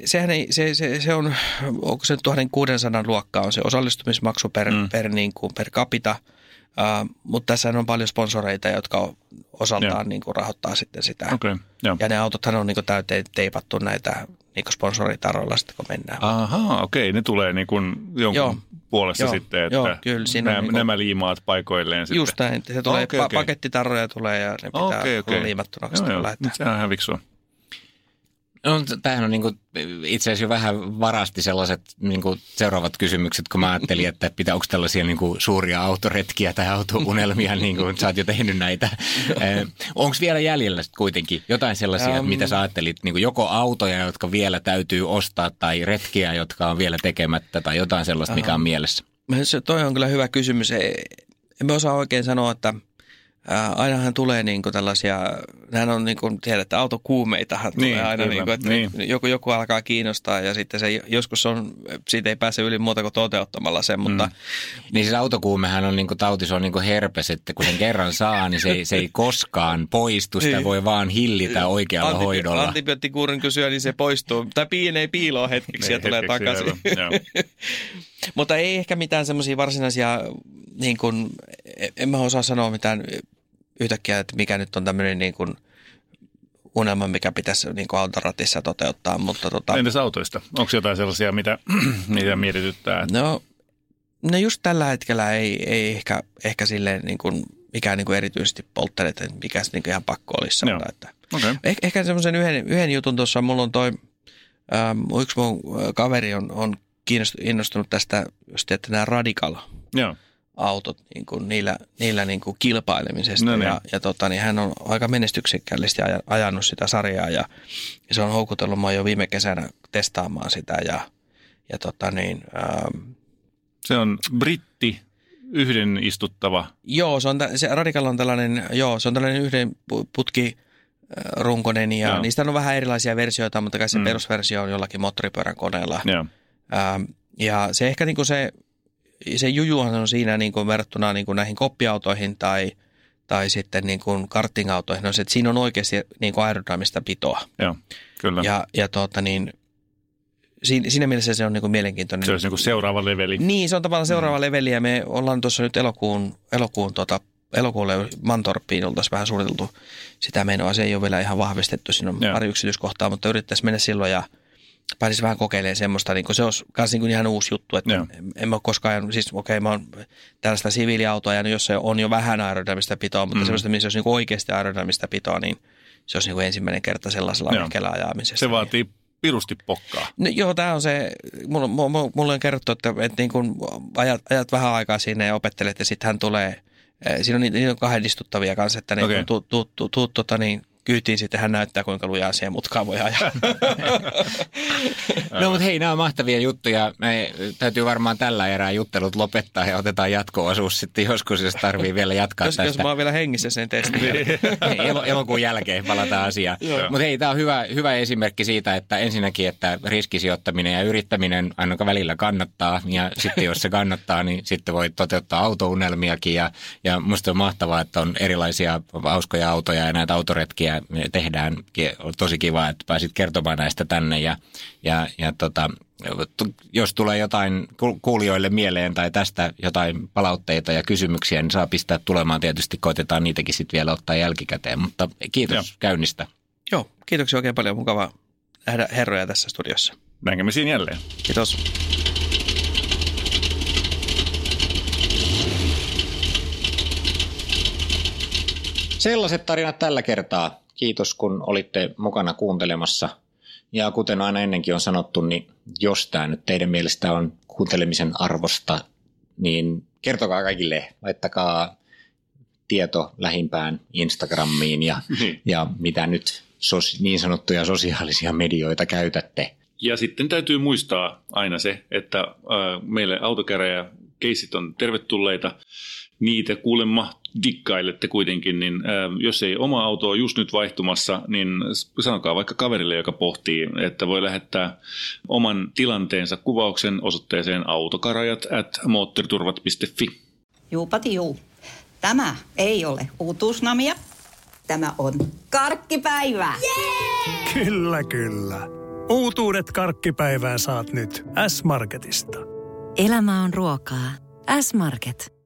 se on, onko se 1600 luokkaa on se osallistumismaksu per capita, mutta tässä on paljon sponsoreita, jotka osaltaan niin kuin rahoittaa sitten sitä. Okay, ja ne autothan on niin kuin täyteen teipattu näitä niin kuin sponsoritaroilla sitten, kun mennään. Ahaa, okei. Ne tulee niin kuin jonkun puolesta sitten, että kyllä, nämä liimaat paikoilleen sitten. Just näin. Se tulee, pakettitarroja tulee ja ne pitää olla liimattuna. Se on ihan fiksua. No, tämähän on niinku, itse asiassa jo vähän varasti sellaiset niinku seuraavat kysymykset, kun mä ajattelin, että onko tällaisia niinku suuria autoretkiä tai autounelmia, niin kuin sä oot jo tehnyt näitä. Onko vielä jäljellä kuitenkin jotain sellaisia, mitä sä ajattelit, niinku joko autoja, jotka vielä täytyy ostaa tai retkiä, jotka on vielä tekemättä tai jotain sellaista, mikä on mielessä? Toi on kyllä hyvä kysymys. Emme osaa oikein sanoa, että ainahan tulee niinku tällaisia, nehän on niin kuin tiedätte, autokuumeitahan tulee aina, kyllä, niinku, että joku alkaa kiinnostaa ja sitten se joskus siitä ei pääse yli muuta kuin toteuttamalla sen, mutta... Niin siis autokuumehan on niinku tauti, se on niinku herpes, että kun sen kerran saa, niin se ei koskaan poistu, sitä voi vaan hillitä oikealla hoidolla. Antibioottikuurin kun syö, niin se poistuu, tai pienee piiloon hetkeksi ja tulee takaisin. Mutta ei ehkä mitään semmoisia varsinaisia, niin kuin, en mä osaa sanoa mitään yhtäkkiä, että mikä nyt on tämmöinen niin kuin unelma, mikä pitäisi niin kuin autoratissa toteuttaa. Mutta entäs autoista? Onko jotain sellaisia, mitä mietityttää? No just tällä hetkellä ei ehkä silleen niin kuin mikään niin kuin erityisesti polttele, että mikä se niin kuin ihan pakko olisi sanoa. Että ehkä semmoisen yhden jutun tuossa, mulla on yksi mun kaveri on innostunut tästä, just että nämä Radical-autot, niin kuin niillä niin kuin kilpailemisesta. Niin hän on aika menestyksekkäällisesti ajanut sitä sarjaa ja se on houkutellut mua jo viime kesänä testaamaan sitä. Se on britti, yhden istuttava. Joo, se Radical on tällainen yhden putki runkonen ja niistä on vähän erilaisia versioita, mutta kai se perusversio on jollakin moottoripyörän koneella. Ja se ehkä niin kuin se jujuhan on siinä niin kuin verrattuna niin kuin näihin koppiautoihin tai sitten niin kuin karting-autoihin, on se, että siinä on oikeasti niin kuin aerodynaamista pitoa. Joo, kyllä. Siinä mielessä se on niin kuin mielenkiintoinen. Se olisi niin kuin seuraava leveli. Niin, se on tavallaan seuraava leveli ja me ollaan tuossa nyt elokuulle Mantorppiin oltaisiin vähän suunniteltu sitä menoa. Se ei ole vielä ihan vahvistettu, siinä on pari yksityiskohtaa, mutta yrittäisiin mennä silloin ja pääsisi vähän kokeilemaan semmoista, niin se olisi myös niin ihan uusi juttu, että en mä ole koskaan, siis mä oon tällaista siviiliautoa ajanut, jossa on jo vähän aerodynamista pitoa, mutta semmoista, missä olisi niin oikeasti aerodynamista pitoa, niin se olisi niin ensimmäinen kerta sellaisella vehkeellä ajamisesta. Se vaatii pirusti pokkaa. No, joo, tämä on se, mulle on kerrottu, että niin kun ajat vähän aikaa siinä ja opettelet ja sitten hän tulee, siinä on niitä on kahden istuttavia kanssa, että niin kun tuut kyytiin, sitten hän näyttää, kuinka lujaa siihen mutkaan voi ajaa. No mutta hei, nämä on mahtavia juttuja. Me täytyy varmaan tällä erää juttelut lopettaa ja otetaan jatko-osuus sitten joskus, jos tarvii vielä jatkaa tästä. Jos mä oon vielä hengissä sen testin. Elokuun jälkeen palataan asiaan. Mutta hei, tämä on hyvä esimerkki siitä, että ensinnäkin, että riskisijoittaminen ja yrittäminen aina välillä kannattaa. Ja sitten jos se kannattaa, niin sitten voi toteuttaa autounelmiakin. Ja musta on mahtavaa, että on erilaisia hauskoja autoja ja näitä autoretkiä tehdään. On tosi kiva, että pääsit kertomaan näistä tänne jos tulee jotain kuulijoille mieleen tai tästä jotain palautteita ja kysymyksiä, niin saa pistää tulemaan. Tietysti koitetaan niitäkin sitten vielä ottaa jälkikäteen, mutta kiitos käynnistä. Joo, kiitoksia oikein paljon. Mukava nähdä herroja tässä studiossa. Näkemisiin jälleen. Kiitos. Sellaiset tarinat tällä kertaa. Kiitos, kun olitte mukana kuuntelemassa. Ja kuten aina ennenkin on sanottu, niin jos tämä nyt teidän mielestä on kuuntelemisen arvosta, niin kertokaa kaikille. Laittakaa tieto lähimpään Instagramiin ja mitä nyt niin sanottuja sosiaalisia medioita käytätte. Ja sitten täytyy muistaa aina se, että meille autokäräjäkeissit on tervetulleita. Niitä kuulemma dikkailette kuitenkin, niin jos ei oma auto ole just nyt vaihtumassa, niin sanokaa vaikka kaverille, joka pohtii, että voi lähettää oman tilanteensa kuvauksen osoitteeseen autokarajat@moottoriturvat.fi. Juupati juu. Tämä ei ole uutuusnamia. Tämä on karkkipäivää. Yeah! Kyllä. Uutuudet karkkipäivään saat nyt S-Marketista. Elämä on ruokaa. S-Market.